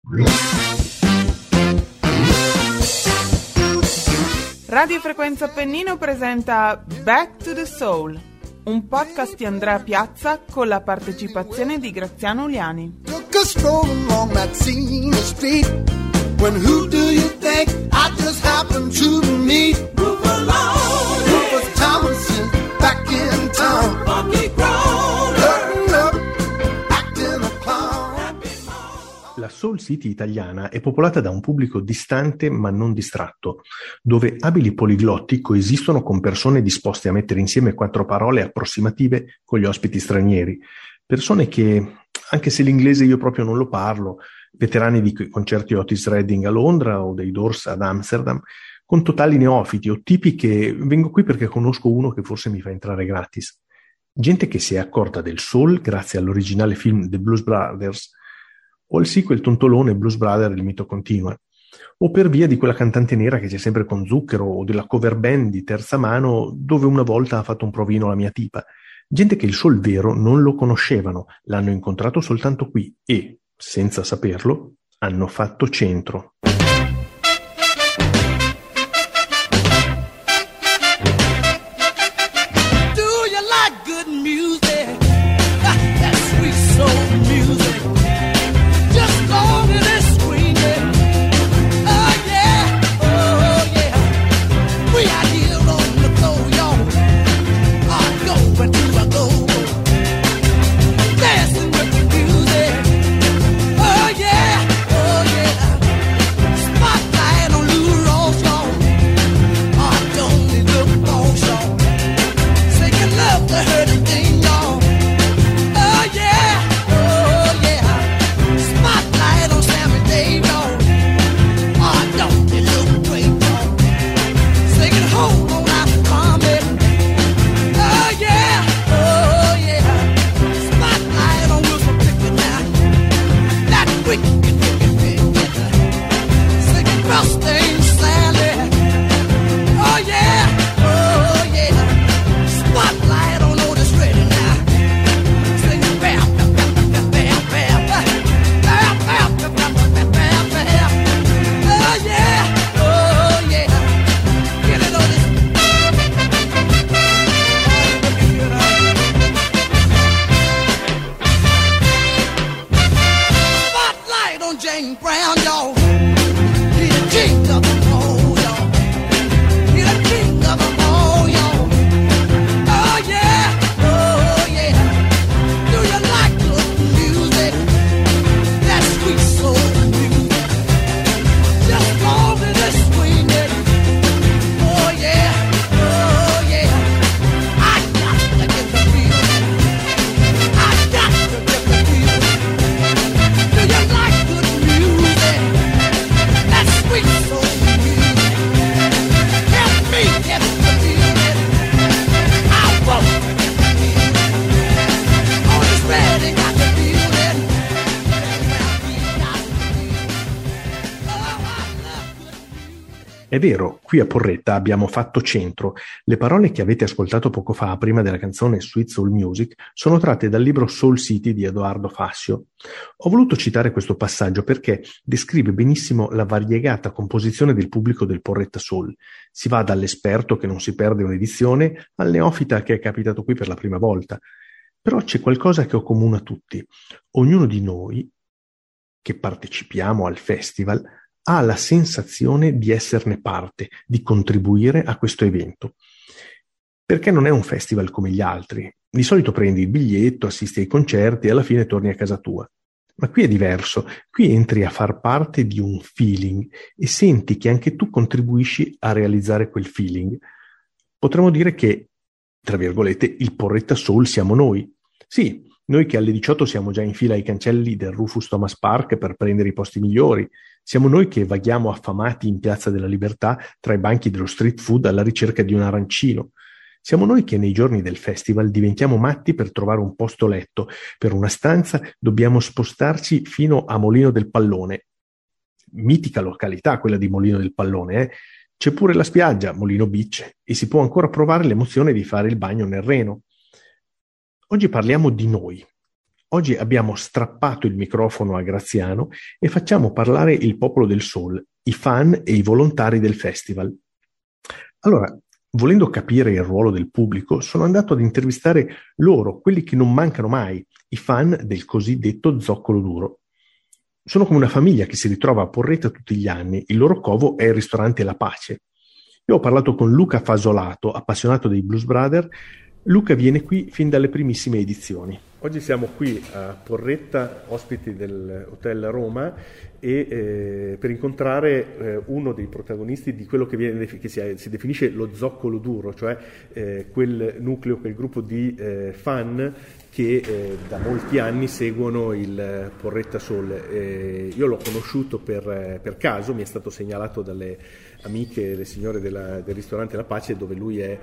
Radio Frequenza Appennino presenta Back to the Soul, un podcast di Andrea Piazza con la partecipazione di Graziano Uliani. Took a stroll along that scene street when who do you think I just happened to meet? Rufus Thomason back in town. Funky Crown, acting a clown. La Soul City italiana è popolata da un pubblico distante ma non distratto, dove abili poliglotti coesistono con persone disposte a mettere insieme quattro parole approssimative con gli ospiti stranieri. Persone che, anche se l'inglese io proprio non lo parlo, veterani di concerti Otis Redding a Londra o dei Doors ad Amsterdam, con totali neofiti o tipi che vengo qui perché conosco uno che forse mi fa entrare gratis. Gente che si è accorta del soul grazie all'originale film The Blues Brothers o al sequel tontolone Blues Brother il mito continua, o per via di quella cantante nera che c'è sempre con Zucchero o della cover band di terza mano dove una volta ha fatto un provino la mia tipa. Gente che il soul vero non lo conoscevano, l'hanno incontrato soltanto qui e, senza saperlo, hanno fatto centro. È vero, qui a Porretta abbiamo fatto centro. Le parole che avete ascoltato poco fa, prima della canzone Sweet Soul Music, sono tratte dal libro Soul City di Edoardo Fassio. Ho voluto citare questo passaggio perché descrive benissimo la variegata composizione del pubblico del Porretta Soul. Si va dall'esperto che non si perde un'edizione al neofita che è capitato qui per la prima volta. Però c'è qualcosa che accomuna tutti. Ognuno di noi che partecipiamo al festival ha la sensazione di esserne parte, di contribuire a questo evento. Perché non è un festival come gli altri. Di solito prendi il biglietto, assisti ai concerti e alla fine torni a casa tua. Ma qui è diverso, qui entri a far parte di un feeling e senti che anche tu contribuisci a realizzare quel feeling. Potremmo dire che, tra virgolette, il Porretta Soul siamo noi. Sì, noi che alle 18 siamo già in fila ai cancelli del Rufus Thomas Park per prendere i posti migliori. Siamo noi che vaghiamo affamati in Piazza della Libertà tra i banchi dello street food alla ricerca di un arancino. Siamo noi che nei giorni del festival diventiamo matti per trovare un posto letto. Per una stanza dobbiamo spostarci fino a Molino del Pallone. Mitica località quella di Molino del Pallone, eh? C'è pure la spiaggia, Molino Beach, e si può ancora provare l'emozione di fare il bagno nel Reno. Oggi parliamo di noi. Oggi abbiamo strappato il microfono a Graziano e facciamo parlare il popolo del soul, i fan e i volontari del festival. Allora, volendo capire il ruolo del pubblico, sono andato ad intervistare loro, quelli che non mancano mai, i fan del cosiddetto zoccolo duro. Sono come una famiglia che si ritrova a Porretta tutti gli anni, il loro covo è il ristorante La Pace. Io ho parlato con Luca Fasolato, appassionato dei Blues Brothers. Luca viene qui fin dalle primissime edizioni. Oggi siamo qui a Porretta, ospiti dell'Hotel Roma, e per incontrare uno dei protagonisti di quello che si definisce lo zoccolo duro, cioè quel nucleo, quel gruppo di fan che da molti anni seguono il Porretta Soul. Io l'ho conosciuto per caso, mi è stato segnalato dalle amiche, le signore del ristorante La Pace, dove lui è...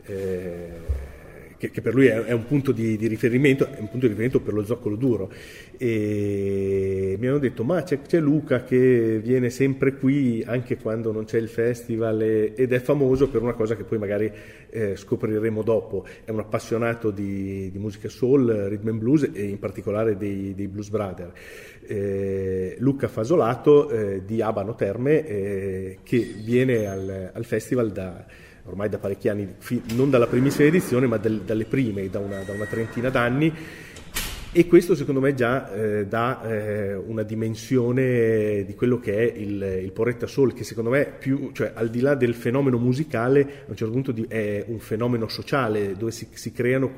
Che per lui è un punto di riferimento, è un punto di riferimento per lo zoccolo duro, e mi hanno detto ma c'è Luca che viene sempre qui anche quando non c'è il festival ed è famoso per una cosa che poi magari scopriremo dopo. È un appassionato di musica soul, rhythm and blues e in particolare dei Blues Brothers. Luca Fasolato di Abano Terme, che viene al festival ormai da parecchi anni, non dalla primissima edizione ma dalle prime, da una trentina d'anni, e questo secondo me già dà una dimensione di quello che è il Porretta Soul, che secondo me cioè al di là del fenomeno musicale, a un certo punto è un fenomeno sociale dove si creano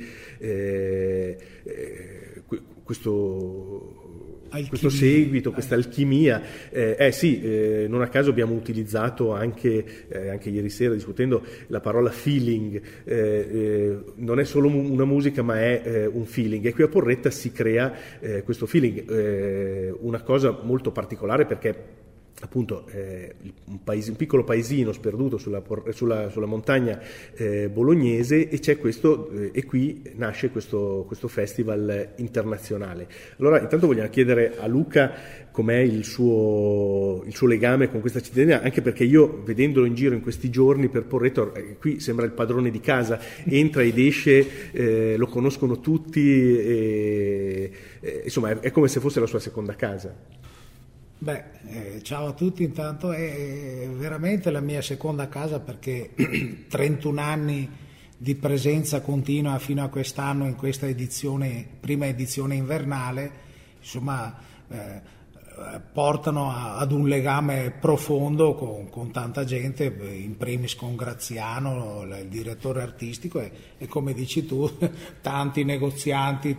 questo seguito, questa alchimia. Non a caso abbiamo utilizzato anche ieri sera discutendo la parola feeling. Non è solo una musica ma è un feeling, e qui a Porretta si crea questo feeling, una cosa molto particolare perché appunto un piccolo paesino sperduto sulla montagna bolognese, e c'è questo e qui nasce questo festival internazionale. Allora intanto vogliamo chiedere a Luca com'è il suo legame con questa cittadina, anche perché io, vedendolo in giro in questi giorni per Porretta, qui sembra il padrone di casa, entra ed esce, lo conoscono tutti, insomma è come se fosse la sua seconda casa. Ciao a tutti, intanto è veramente la mia seconda casa, perché 31 anni di presenza continua fino a quest'anno in questa prima edizione invernale, insomma portano ad un legame profondo con tanta gente, in primis con Graziano, il direttore artistico, e come dici tu, tanti negozianti,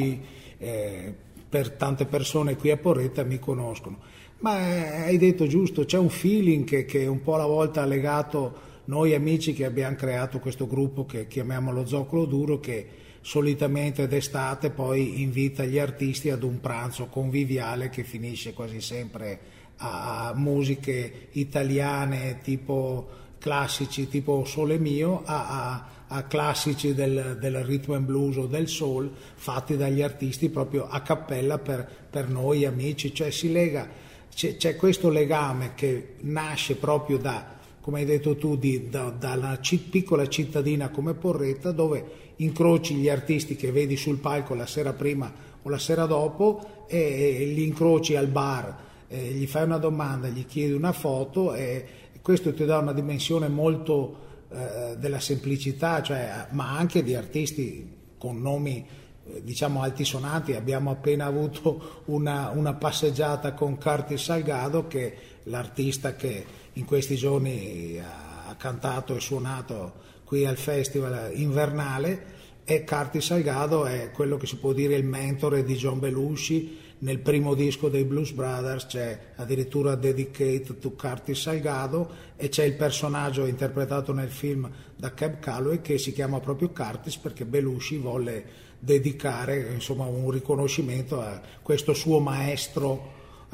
per tante persone qui a Porretta mi conoscono. Ma hai detto giusto, c'è un feeling che un po' alla volta ha legato noi amici che abbiamo creato questo gruppo che chiamiamo lo Zoccolo Duro, che solitamente d'estate poi invita gli artisti ad un pranzo conviviale che finisce quasi sempre a musiche italiane tipo classici, tipo Sole Mio, a classici del rhythm and blues o del soul, fatti dagli artisti proprio a cappella per noi amici. Cioè c'è questo legame che nasce proprio come hai detto tu, da una piccola cittadina come Porretta, dove incroci gli artisti che vedi sul palco la sera prima o la sera dopo, e li incroci al bar, gli fai una domanda, gli chiedi una foto, e questo ti dà una dimensione molto della semplicità, ma anche di artisti con nomi diciamo altisonanti. Abbiamo appena avuto una passeggiata con Curtis Salgado, che è l'artista che in questi giorni ha cantato e suonato qui al festival invernale, e Curtis Salgado è quello che si può dire il mentore di John Belushi. Nel primo disco dei Blues Brothers c'è addirittura Dedicate to Curtis Salgado, e c'è il personaggio interpretato nel film da Cab Calloway che si chiama proprio Curtis, perché Belushi volle dedicare insomma un riconoscimento a questo suo maestro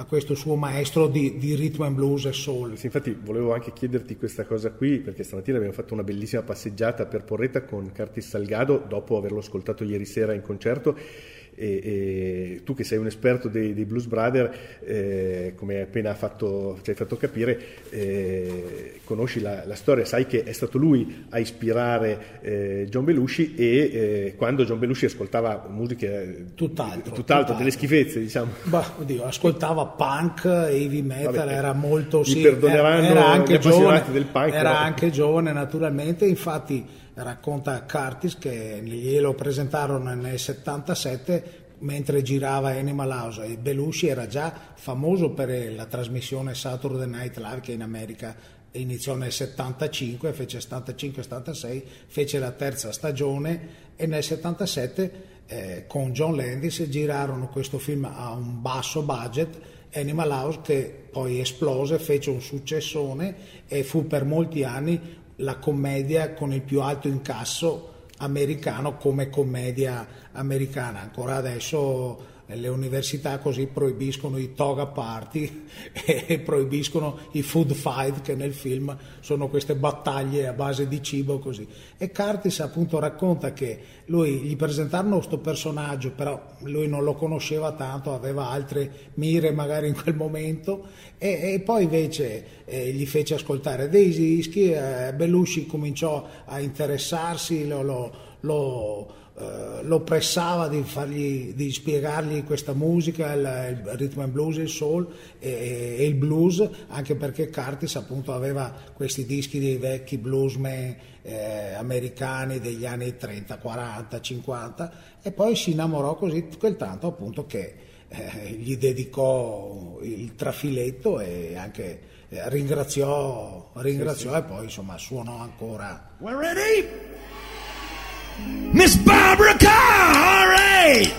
di rhythm and blues e soul. Sì, infatti volevo anche chiederti questa cosa qui, perché stamattina abbiamo fatto una bellissima passeggiata per Porretta con Curtis Salgado dopo averlo ascoltato ieri sera in concerto, e tu che sei un esperto dei Blues Brothers, come hai appena ci hai fatto capire, conosci la storia, sai che è stato lui a ispirare John Belushi, e quando John Belushi ascoltava musiche tutt'altro, delle schifezze, diciamo. Oddio, ascoltava punk, heavy metal, era molto, mi perdoneranno era anche giovane, del punk, era anche giovane naturalmente. Infatti racconta Curtis che glielo presentarono nel 77 mentre girava Animal House, e Belushi era già famoso per la trasmissione Saturday Night Live, che in America iniziò nel 75, fece 75-76, fece la terza stagione, e nel 77 con John Landis girarono questo film a un basso budget, Animal House, che poi esplose, fece un successone e fu per molti anni la commedia con il più alto incasso americano come commedia americana. Ancora adesso le università così proibiscono i toga party e proibiscono i food fight, che nel film sono queste battaglie a base di cibo così. E Curtis appunto racconta che lui gli presentarono questo personaggio, però lui non lo conosceva tanto, aveva altre mire magari in quel momento, e poi invece gli fece ascoltare dei dischi. Belushi cominciò a interessarsi, lo pressava di spiegargli questa musica, il rhythm and blues, il soul e il blues, anche perché Curtis appunto aveva questi dischi dei vecchi bluesmen americani degli anni 30, 40, 50, e poi si innamorò così quel tanto appunto che gli dedicò il trafiletto, e anche ringraziò sì. E poi insomma suonò ancora. We're ready? Miss Barbara Carr, all right.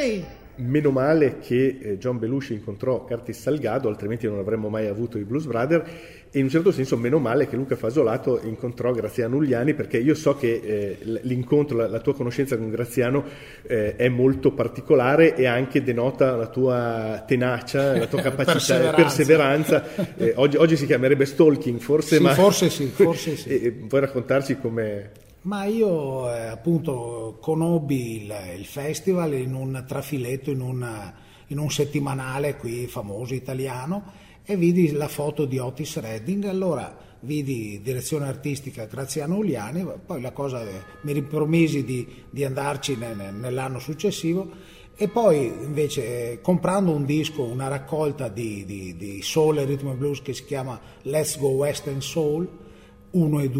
me. Meno male che John Belushi incontrò Curtis Salgado, altrimenti non avremmo mai avuto i Blues Brothers, e in un certo senso meno male che Luca Fasolato incontrò Graziano Ugliani, perché io so che l'incontro, la tua conoscenza con Graziano è molto particolare e anche denota la tua tenacia, la tua capacità, perseveranza. Oggi si chiamerebbe stalking, forse, sì, ma forse sì. Vuoi raccontarci come... Ma io appunto conobbi il festival in un trafiletto, in un settimanale qui famoso italiano, e vidi la foto di Otis Redding. Allora vidi direzione artistica Graziano Ugliani, poi la cosa mi ripromisi di andarci nell'anno successivo, e poi invece comprando un disco, una raccolta di soul e rhythm and blues che si chiama Let's Go Western Soul 1 e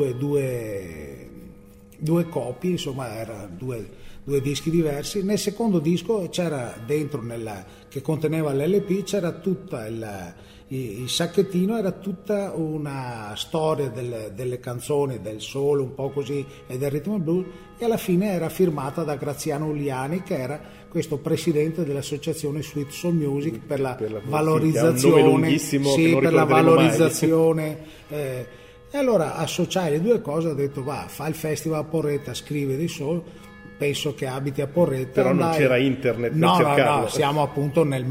2 copie, insomma erano due dischi diversi. Nel secondo disco c'era dentro, che conteneva l'LP, c'era tutta il sacchettino, era tutta una storia delle canzoni del soul un po' così e del rhythm and blues, e alla fine era firmata da Graziano Ugliani, che era questo presidente dell'associazione Sweet Soul Music per la valorizzazione, per la valorizzazione. E allora associai le due cose, ho detto fa il festival a Porretta, scrive di soul, penso che abiti a Porretta. Però non c'era internet per cercarlo. No, siamo appunto nel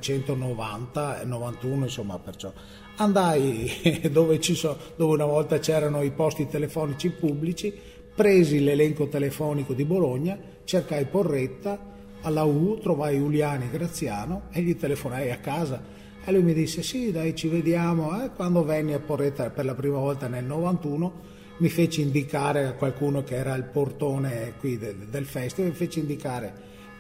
1990, 91, insomma, perciò andai dove una volta c'erano i posti telefonici pubblici, presi l'elenco telefonico di Bologna, cercai Porretta, alla U trovai Ugliani Graziano e gli telefonai a casa. E lui mi disse sì, dai, ci vediamo. Quando venni a Porretta per la prima volta nel 91 mi fece indicare a qualcuno che era al portone qui del festival, mi fece indicare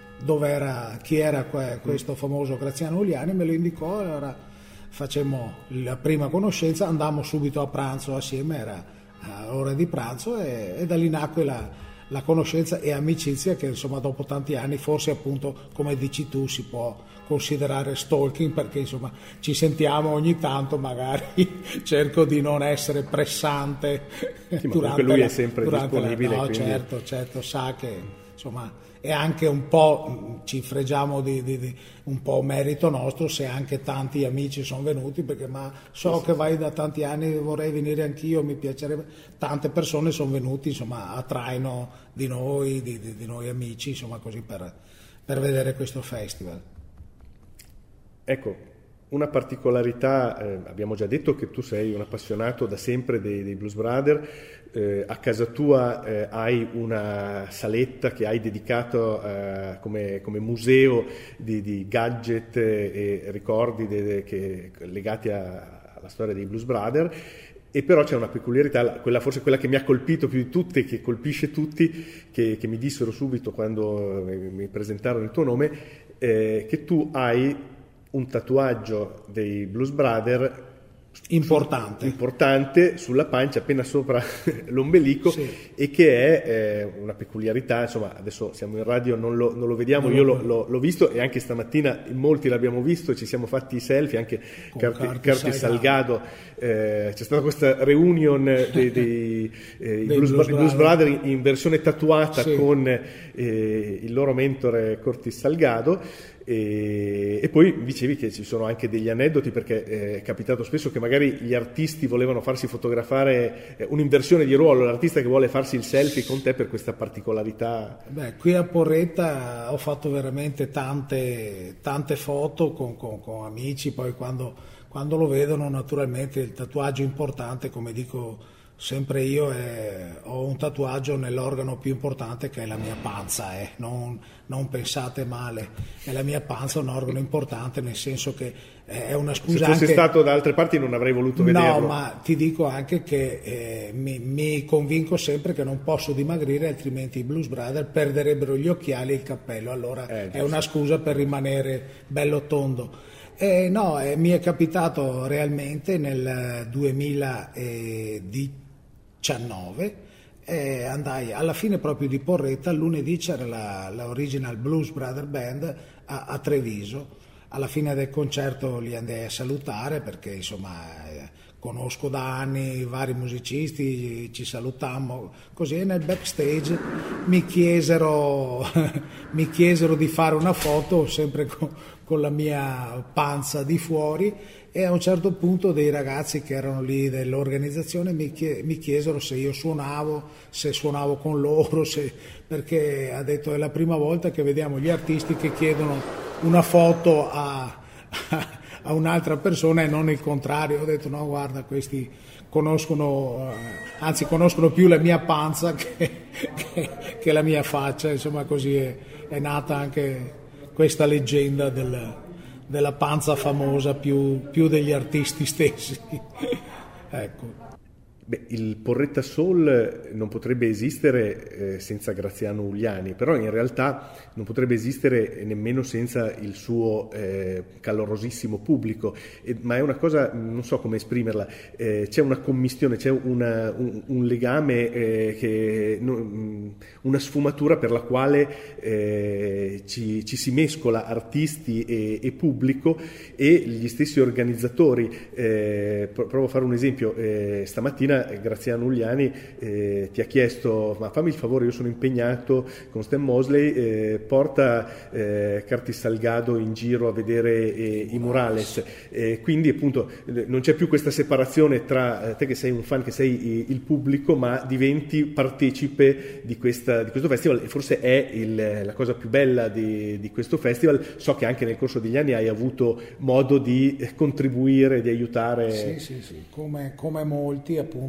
chi era questo famoso Graziano Ugliani, me lo indicò, allora facemmo la prima conoscenza, andammo subito a pranzo assieme, era ora di pranzo, e da lì nacque la conoscenza e amicizia che insomma dopo tanti anni forse appunto, come dici tu, si può considerare stalking, perché insomma ci sentiamo ogni tanto, magari cerco di non essere pressante, sì, durante lui è sempre disponibile, no, quindi... certo, sa che insomma è anche un po', ci fregiamo di un po' merito nostro se anche tanti amici sono venuti, perché so che vai da tanti anni, vorrei venire anch'io, mi piacerebbe, tante persone sono venuti insomma a traino di noi amici, insomma, così per vedere questo festival. Ecco, una particolarità, abbiamo già detto che tu sei un appassionato da sempre dei Blues Brothers, a casa tua hai una saletta che hai dedicato come museo di gadget e ricordi legati alla storia dei Blues Brothers, e però c'è una peculiarità, forse quella che mi ha colpito più di tutte, che colpisce tutti, che mi dissero subito quando mi presentarono il tuo nome, che tu hai un tatuaggio dei Blues Brothers importante sulla pancia, appena sopra l'ombelico, sì. E che è una peculiarità, insomma, adesso siamo in radio, non lo vediamo, io l'ho visto, e anche stamattina in molti l'abbiamo visto, ci siamo fatti i selfie, anche Curtis Salgado, c'è stata questa reunion dei Blues Brothers in versione tatuata, sì, con il loro mentore Curtis Salgado. E poi dicevi che ci sono anche degli aneddoti, perché è capitato spesso che magari gli artisti volevano farsi fotografare, un'inversione di ruolo, l'artista che vuole farsi il selfie con te per questa particolarità. Qui a Porretta ho fatto veramente tante foto con amici, poi quando lo vedono, naturalmente il tatuaggio importante, come dico sempre io, ho un tatuaggio nell'organo più importante, che è la mia panza, non pensate male, è la mia panza, un organo importante, nel senso che è una scusa. Se fossi stato da altre parti non avrei voluto vederlo. No, ma ti dico anche che mi convinco sempre che non posso dimagrire, altrimenti i Blues Brothers perderebbero gli occhiali e il cappello, allora è una scusa per rimanere bello tondo. Mi è capitato realmente nel 2019, andai alla fine proprio di Porretta, lunedì c'era la Original Blues Brothers Band a Treviso. Alla fine del concerto li andai a salutare, perché insomma conosco da anni vari musicisti, ci salutammo così, e nel backstage mi chiesero di fare una foto sempre con la mia panza di fuori, e a un certo punto dei ragazzi che erano lì dell'organizzazione mi chiesero se io suonavo con loro, perché ha detto è la prima volta che vediamo gli artisti che chiedono una foto a un'altra persona e non il contrario. Ho detto no, guarda, questi conoscono più la mia panza che la mia faccia, insomma, così è nata anche questa leggenda della panza famosa più degli artisti stessi. Ecco. Beh, il Porretta Soul non potrebbe esistere senza Graziano Uliani, però in realtà non potrebbe esistere nemmeno senza il suo calorosissimo pubblico, ma è una cosa, non so come esprimerla, c'è una commistione, c'è un legame, una sfumatura per la quale ci si mescola artisti e pubblico, e gli stessi organizzatori. Provo a fare un esempio. Stamattina Graziano Uliani ti ha chiesto: ma fammi il favore, io sono impegnato con Stan Mosley, porta Curtis Salgado in giro a vedere i Morales, quindi appunto non c'è più questa separazione tra te che sei un fan, che sei il pubblico, ma diventi partecipe di questo festival, e forse è la cosa più bella di questo festival. So che anche nel corso degli anni hai avuto modo di contribuire, di aiutare. Sì, come molti, appunto.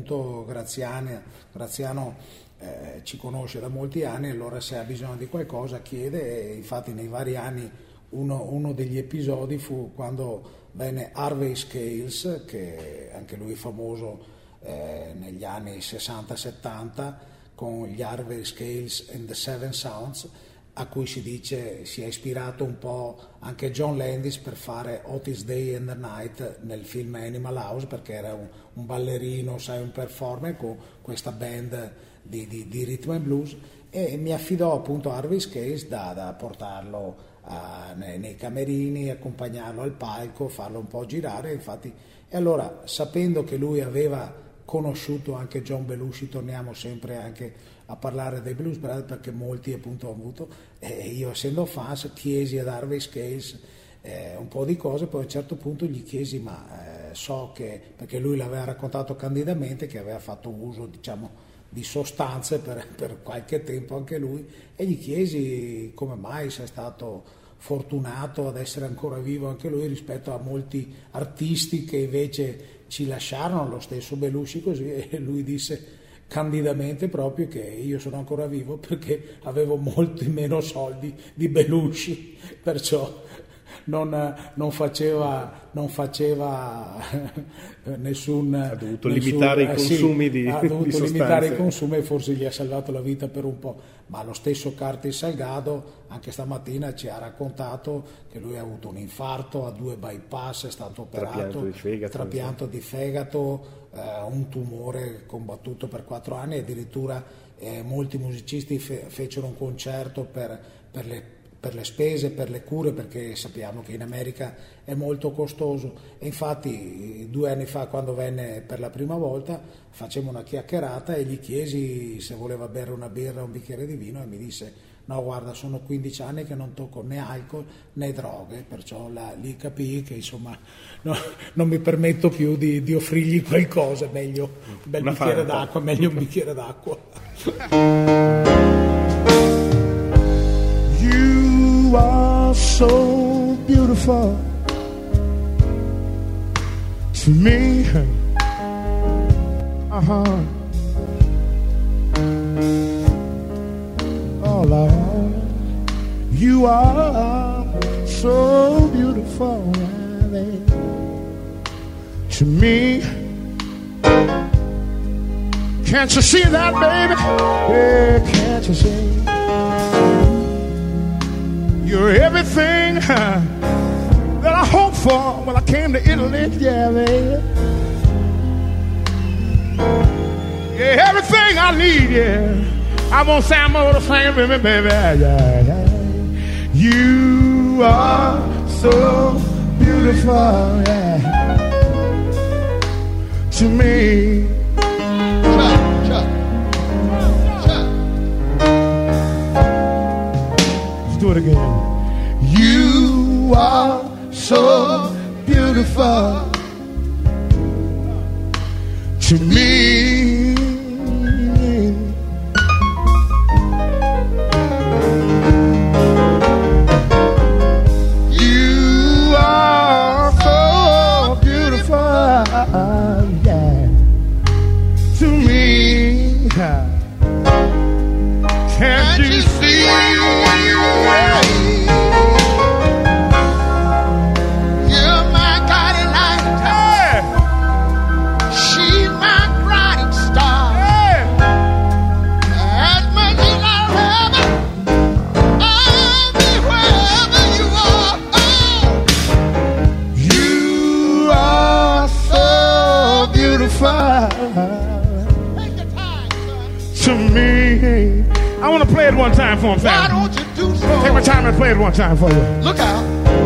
Graziano ci conosce da molti anni, allora se ha bisogno di qualcosa chiede, e infatti nei vari anni uno degli episodi fu quando venne Harvey Scales, che anche lui famoso negli anni 60-70 con gli Harvey Scales and the Seven Sounds, a cui si dice si è ispirato un po' anche John Landis per fare Otis Day and the Night nel film Animal House, perché era un ballerino, un performer con questa band di rhythm and blues, e mi affidò appunto a Harvey Scales da portarlo nei camerini, accompagnarlo al palco, farlo un po' girare, infatti. E allora, sapendo che lui aveva conosciuto anche John Belushi, torniamo sempre anche a parlare dei Blues Brothers, perché molti appunto ho avuto, io essendo fan chiesi ad Harvey Scales un po' di cose, poi a un certo punto gli chiesi so che, perché lui l'aveva raccontato candidamente che aveva fatto uso di sostanze per qualche tempo anche lui, e gli chiesi come mai sia stato fortunato ad essere ancora vivo anche lui rispetto a molti artisti che invece ci lasciarono, lo stesso Belushi così, e lui disse candidamente proprio che io sono ancora vivo perché avevo molti meno soldi di Belushi, perciò non faceva nessun, ha dovuto limitare i consumi di sostanze. Limitare i consumi, e forse gli ha salvato la vita per un po'. Ma lo stesso Curtis Salgado anche stamattina ci ha raccontato che lui ha avuto un infarto, ha 2 bypass, è stato operato, trapianto di fegato, un tumore combattuto per 4 anni, addirittura molti musicisti fecero un concerto per le spese, per le cure, perché sappiamo che in America è molto costoso. E infatti 2 anni fa, quando venne per la prima volta, facemmo una chiacchierata e gli chiesi se voleva bere una birra o un bicchiere di vino, e mi disse no, guarda, sono 15 anni che non tocco né alcol né droghe, perciò lì capii che insomma non mi permetto più di offrirgli qualcosa, meglio un bel bicchiere d'acqua, meglio un bicchiere d'acqua. You are so beautiful to me. Oh Lord, you are so beautiful, baby, to me. Can't you see that, baby? Yeah, can't you see? You're everything that I hoped for when I came to Italy, yeah, baby. Yeah, everything I need, yeah. I won't say I'm over the same, baby, yeah. You are so beautiful, yeah. to me. Chuck. Let's do it again. You are so beautiful to me. You are so beautiful, yeah, to me. Can't you see? You're my guiding light. Hey. She's my bright star. Hey. As much as I'll ever, I'll be wherever you are. Oh. You are so beautiful. Take your time, son. To me. I want to play it one time for him, Sam. Why don't you do so? Take my time and play it one time for you. Look out.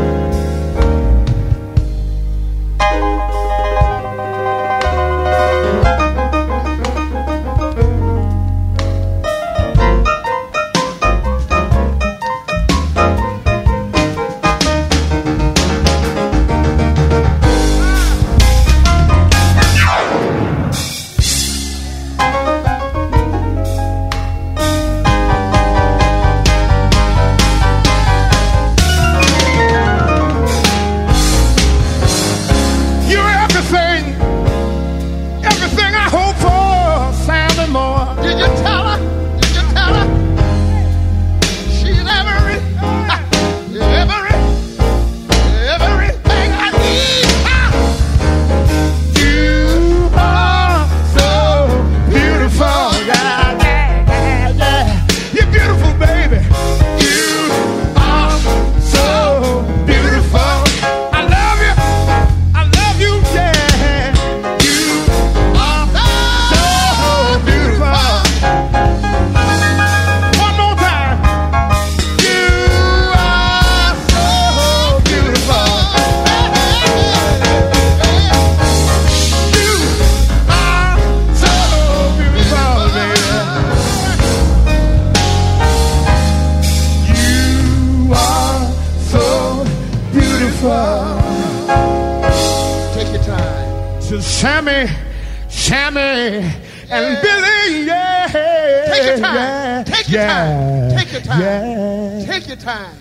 Sammy and Billy, yeah. Take your time. Take your time. Take your time. Yeah. Take your time.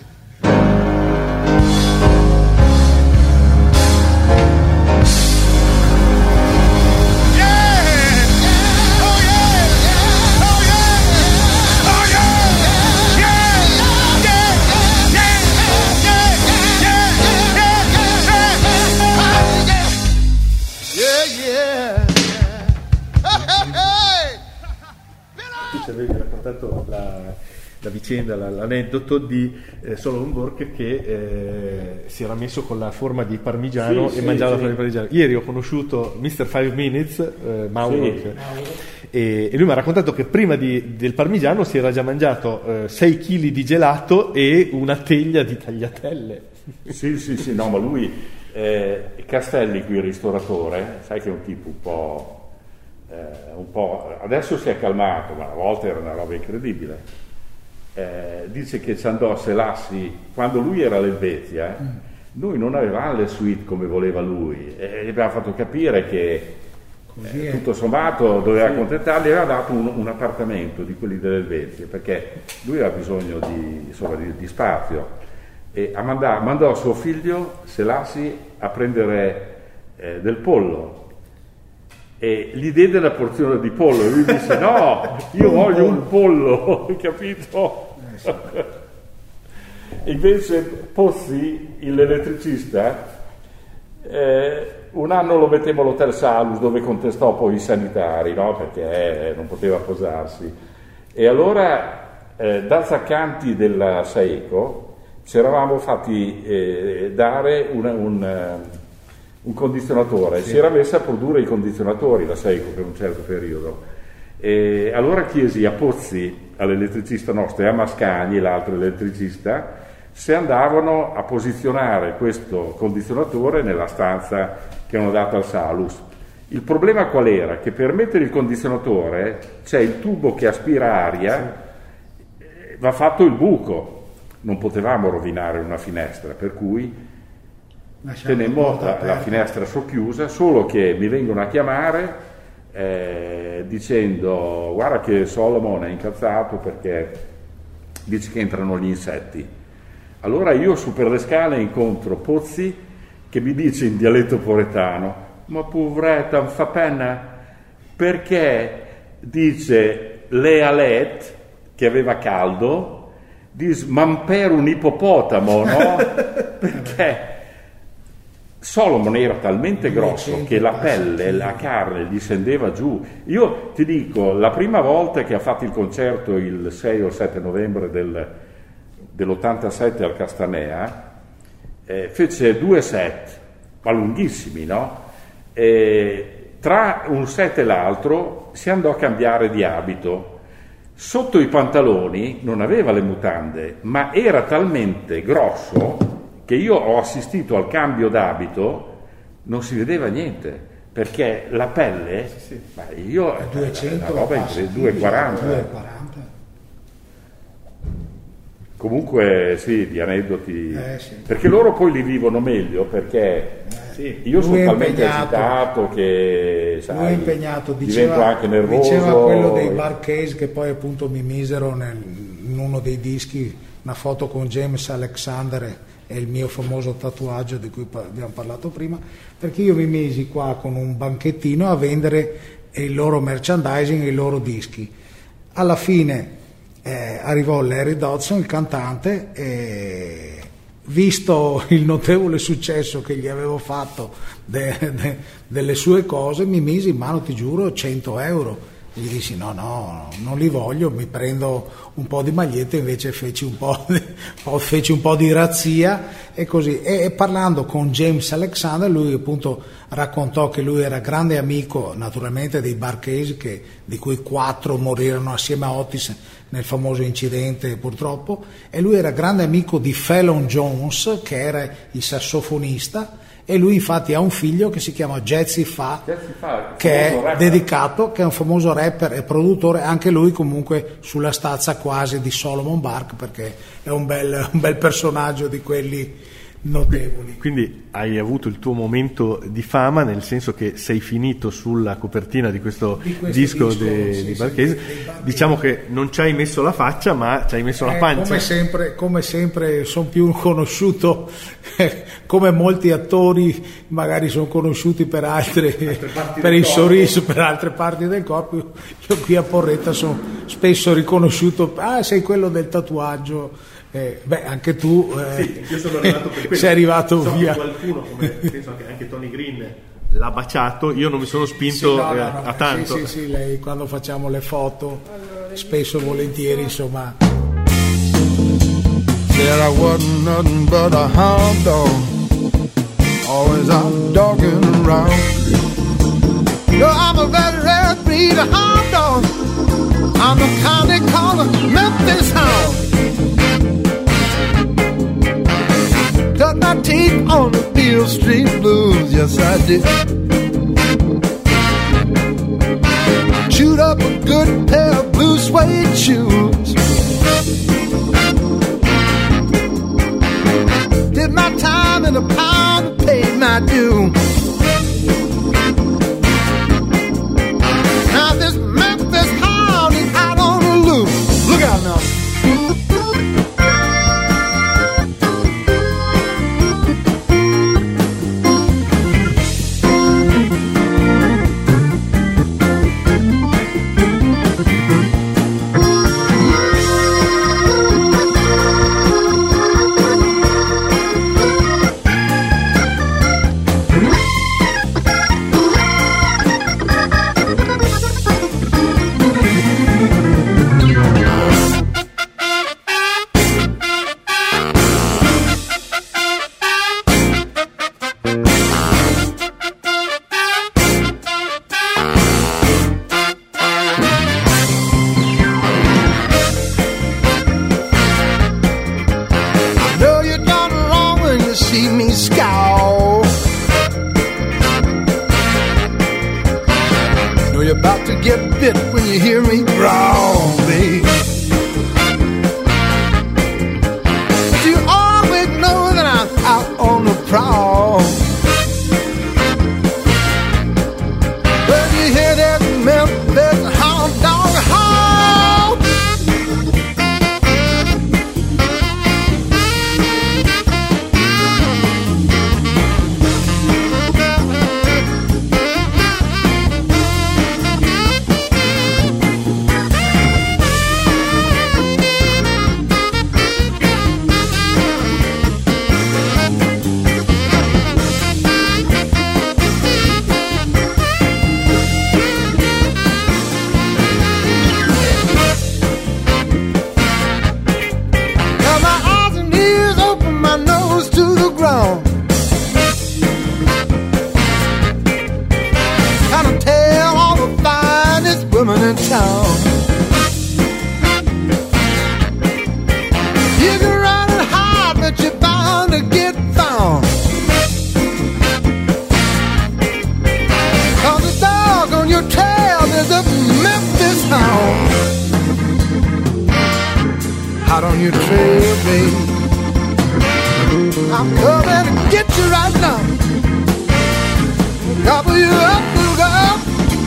Avevi raccontato la vicenda, l'aneddoto di Solomon Burke che si era messo con la forma di parmigiano e mangiava la forma di parmigiano. Ieri ho conosciuto Mr. 5 Minutes, Mauro, e lui mi ha raccontato che prima del parmigiano si era già mangiato 6 kg di gelato e una teglia di tagliatelle. Sì, no, ma lui Castelli qui, il ristoratore, sai che è un tipo un po' adesso si è calmato, ma a volte era una roba incredibile. Dice che ci andò Selassie quando lui era all'Helvetia. Noi non avevamo le suite come voleva lui e gli abbiamo fatto capire che tutto sommato doveva accontentarli, aveva dato un appartamento di quelli dell'Helvetia perché lui aveva bisogno di spazio e mandò suo figlio Selassie a prendere del pollo e gli diede una porzione di pollo e lui disse no, io voglio un pollo, capito? E invece Pozzi, l'elettricista, un anno lo mettemmo all'Hotel Salus dove contestò poi i sanitari, no? Perché non poteva posarsi, e allora da Zaccanti della Saeco ci eravamo fatti dare un condizionatore, si era messa a produrre i condizionatori la Seiko per un certo periodo, e allora chiesi a Pozzi, all'elettricista nostro, e a Mascagni, l'altro elettricista, se andavano a posizionare questo condizionatore nella stanza che hanno dato al Salus. Il problema qual era? Che per mettere il condizionatore c'è il tubo che aspira aria, va fatto il buco, non potevamo rovinare una finestra, per cui tenemmo la finestra socchiusa, solo che mi vengono a chiamare dicendo guarda che Solomon è incazzato perché dice che entrano gli insetti. Allora io su per le scale incontro Pozzi che mi dice in dialetto poretano: ma povretta, non fa pena, perché dice le alet che aveva caldo, dice man per un ippopotamo, no? Perché Solomon era talmente grosso che la pelle, la carne gli scendeva giù. Io ti dico, la prima volta che ha fatto il concerto il 6 o il 7 novembre dell'87 al Castanea, fece 2 set, ma lunghissimi, no? Tra un set e l'altro si andò a cambiare di abito. Sotto i pantaloni non aveva le mutande, ma era talmente grosso che io ho assistito al cambio d'abito, non si vedeva niente, perché la pelle, ma io 200, una roba in 240. Comunque sì, di aneddoti, perché loro poi li vivono meglio, perché io sono talmente agitato che sai, lui è impegnato, divento anche nervoso. Diceva quello dei Bar-Kays, che poi appunto mi misero in uno dei dischi una foto con James Alexander e il mio famoso tatuaggio di cui abbiamo parlato prima, perché io mi misi qua con un banchettino a vendere il loro merchandising e i loro dischi. Alla fine arrivò Larry Dodson, il cantante, e visto il notevole successo che gli avevo fatto delle sue cose, mi misi in mano, ti giuro, 100 euro. Gli dissi no, non li voglio, mi prendo un po' di magliette, invece feci un po' di razzia e così. E parlando con James Alexander, lui appunto raccontò che lui era grande amico naturalmente dei Bar-Kays, di cui 4 morirono assieme a Otis nel famoso incidente purtroppo, e lui era grande amico di Phelan Jones, che era il sassofonista, e lui infatti ha un figlio che si chiama Jazzy Fa, che è dedicato, che è un famoso rapper e produttore, anche lui comunque sulla stazza quasi di Solomon Burke, perché è un bel personaggio di quelli notevoli. Quindi hai avuto il tuo momento di fama, nel senso che sei finito sulla copertina di questo disco di Bar-Kays. Diciamo che non ci hai messo la faccia, ma ci hai messo la pancia. Come sempre sono più conosciuto, come molti attori magari sono conosciuti per il sorriso, per altre parti del corpo. Io qui a Porretta sono spesso riconosciuto: sei quello del tatuaggio. Anche tu io sono arrivato per quello. Sei arrivato via. Qualcuno, come penso che anche Tony Green, l'ha baciato, io non mi sono spinto a tanto. Sì, lei quando facciamo le foto spesso e volentieri, insomma. Said I wasn't nothing but a hound dog, always out dogging around. No, I'm a very rare breed of hound dog. I'm the kind they call a Memphis hound. Cut my teeth on the Beale Street Blues, yes I did. Chewed up a good pair of blue suede shoes. Did my time in a pound, paid my due. Now this Memphis hound is out on the loose. Look out now. you're about to get bit when you hear me growl, babe. But you always know that I'm out on the prowl. When you hear that Memphis hound dog howl, in town. You can run it hard, but you're bound to get found. 'Cause the dog on your tail is a Memphis hound. Hot on your trail, babe. I'm coming to get you right now. Gobble you up, girl.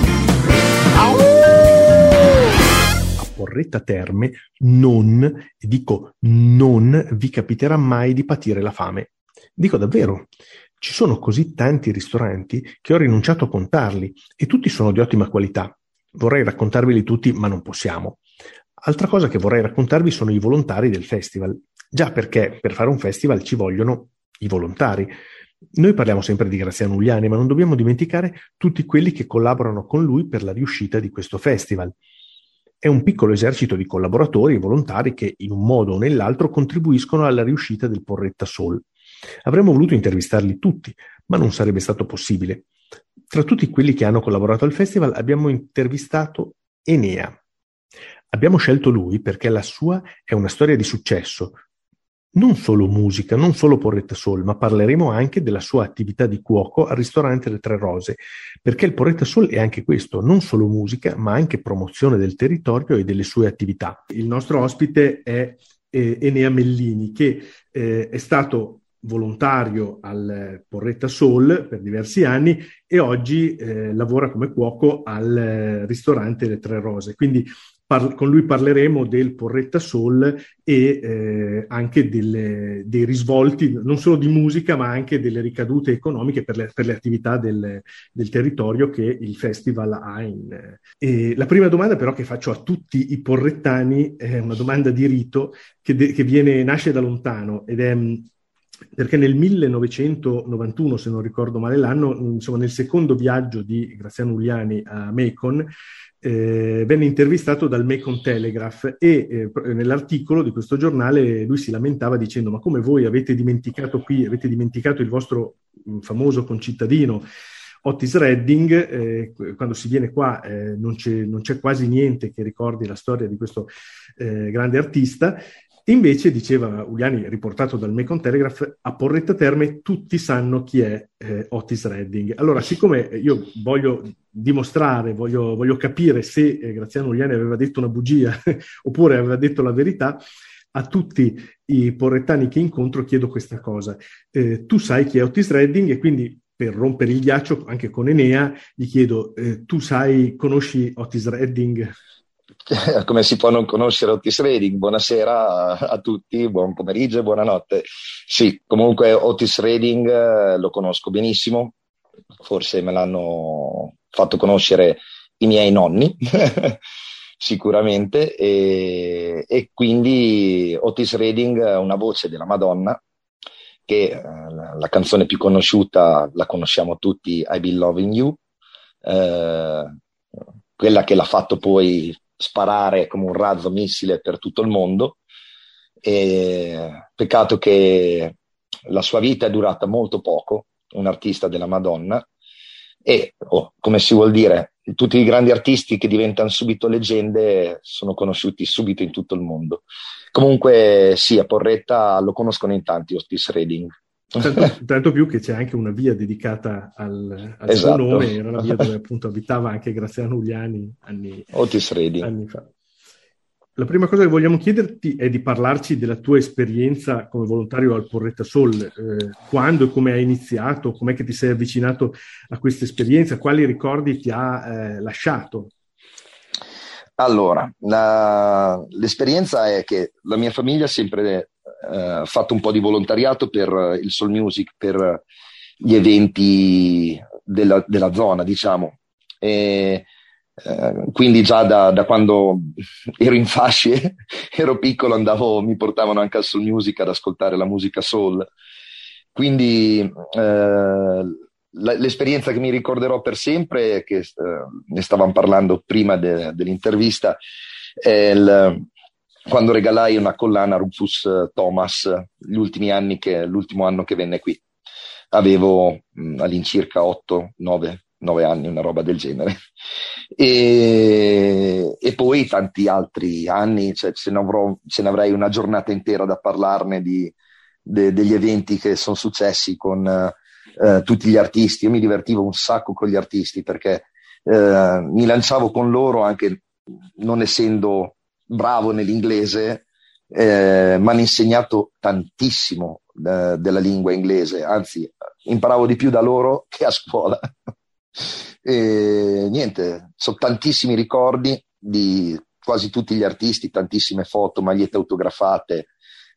Porretta Terme non, e dico non, vi capiterà mai di patire la fame. Dico davvero, ci sono così tanti ristoranti che ho rinunciato a contarli e tutti sono di ottima qualità. Vorrei raccontarveli tutti, ma non possiamo. Altra cosa che vorrei raccontarvi sono i volontari del festival. Già perché per fare un festival ci vogliono i volontari. Noi parliamo sempre di Graziano Uliani, ma non dobbiamo dimenticare tutti quelli che collaborano con lui per la riuscita di questo festival. È un piccolo esercito di collaboratori e volontari che in un modo o nell'altro contribuiscono alla riuscita del Porretta Soul. Avremmo voluto intervistarli tutti, ma non sarebbe stato possibile. Tra tutti quelli che hanno collaborato al festival abbiamo intervistato Enea. Abbiamo scelto lui perché la sua è una storia di successo. Non solo musica, non solo Porretta Soul, ma parleremo anche della sua attività di cuoco al ristorante Le Tre Rose, perché il Porretta Soul è anche questo, non solo musica, ma anche promozione del territorio e delle sue attività. Il nostro ospite è Enea Mellini, che è stato volontario al Porretta Soul per diversi anni e oggi lavora come cuoco al ristorante Le Tre Rose. Quindi con lui parleremo del Porretta Soul e anche dei risvolti, non solo di musica, ma anche delle ricadute economiche per le attività del territorio che il festival ha. E la prima domanda però che faccio a tutti i porrettani è una domanda di rito che nasce da lontano ed è perché nel 1991, se non ricordo male l'anno, insomma nel secondo viaggio di Graziano Uliani a Macon, venne intervistato dal Macon Telegraph e nell'articolo di questo giornale lui si lamentava dicendo: ma come voi avete dimenticato il vostro famoso concittadino Otis Redding, quando si viene qua non c'è quasi niente che ricordi la storia di questo grande artista. Invece, diceva Uliani, riportato dal Macon Telegraph, a Porretta Terme tutti sanno chi è Otis Redding. Allora, siccome io voglio dimostrare, voglio capire se Graziano Uliani aveva detto una bugia oppure aveva detto la verità, a tutti i porrettani che incontro chiedo questa cosa. Tu sai chi è Otis Redding e quindi per rompere il ghiaccio anche con Enea gli chiedo, conosci Otis Redding? Come si può non conoscere Otis Redding? Buonasera a tutti, buon pomeriggio e buonanotte. Sì, comunque Otis Redding lo conosco benissimo, forse me l'hanno fatto conoscere i miei nonni, sicuramente, e quindi Otis Redding è una voce della Madonna, che la canzone più conosciuta la conosciamo tutti, I Be Loving You, quella che l'ha fatto poi sparare come un razzo missile per tutto il mondo. E peccato che la sua vita è durata molto poco, un artista della Madonna, e come si vuol dire, tutti i grandi artisti che diventano subito leggende sono conosciuti subito in tutto il mondo. Comunque sì, a Porretta lo conoscono in tanti Otis Redding. Tanto più che c'è anche una via dedicata al Esatto. suo nome, era la via dove appunto abitava anche Graziano Uliani Otis Redding. anni fa. La prima cosa che vogliamo chiederti è di parlarci della tua esperienza come volontario al Porretta Soul. Quando e come hai iniziato? Com'è che ti sei avvicinato a questa esperienza? Quali ricordi ti ha lasciato? Allora, l'esperienza è che la mia famiglia ha sempre fatto un po' di volontariato per il soul music, per gli eventi della zona, diciamo. Quindi già da quando ero in fasce, ero piccolo, mi portavano anche al soul music ad ascoltare la musica soul. Quindi l'esperienza che mi ricorderò per sempre, che ne stavamo parlando prima dell'intervista, è quando regalai una collana a Rufus Thomas l'ultimo anno che venne qui. Avevo all'incirca 8-9 anni, una roba del genere. E poi tanti altri anni, cioè ce ne avrei una giornata intera da parlarne degli eventi che sono successi con tutti gli artisti. Io mi divertivo un sacco con gli artisti perché mi lanciavo con loro, anche non essendo bravo nell'inglese, mi hanno insegnato tantissimo della lingua inglese, anzi imparavo di più da loro che a scuola. E niente, sono tantissimi ricordi di quasi tutti gli artisti, tantissime foto, magliette autografate.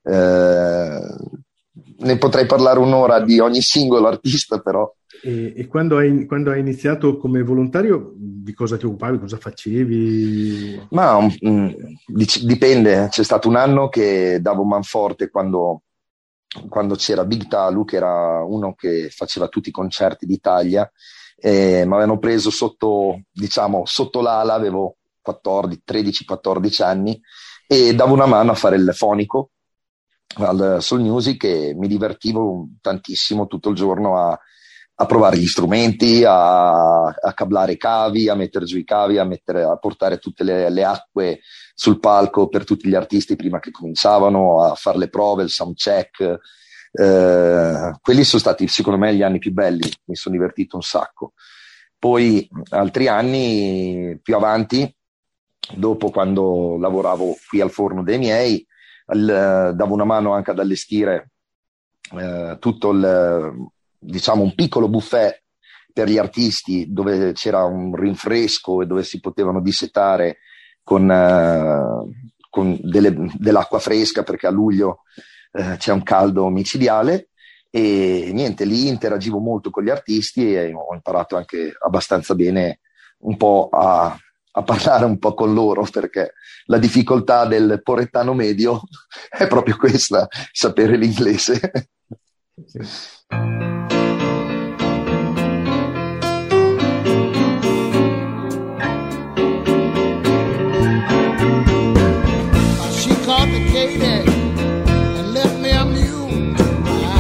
Ne potrei parlare un'ora di ogni singolo artista, però. E quando hai iniziato come volontario, di cosa ti occupavi, cosa facevi? Ma dipende. C'è stato un anno che davo manforte quando c'era Big Talu, che era uno che faceva tutti i concerti d'Italia. Mi avevano preso sotto l'ala, avevo 13-14 anni, e davo una mano a fare il fonico al soul music, e mi divertivo tantissimo tutto il giorno a provare gli strumenti, a cablare i cavi, a mettere giù i cavi, a portare tutte le acque sul palco per tutti gli artisti prima che cominciavano, a fare le prove, il sound check. Quelli sono stati secondo me gli anni più belli, mi sono divertito un sacco. Poi altri anni più avanti, dopo, quando lavoravo qui al forno dei miei, davo una mano anche ad allestire tutto un piccolo buffet per gli artisti, dove c'era un rinfresco e dove si potevano dissetare con dell'acqua fresca, perché a luglio c'è un caldo micidiale. E niente, lì interagivo molto con gli artisti e ho imparato anche abbastanza bene un po' a parlare un po' con loro, perché la difficoltà del porrettano medio è proprio questa, sapere l'inglese. Sì. She called the Katie and left me a mule to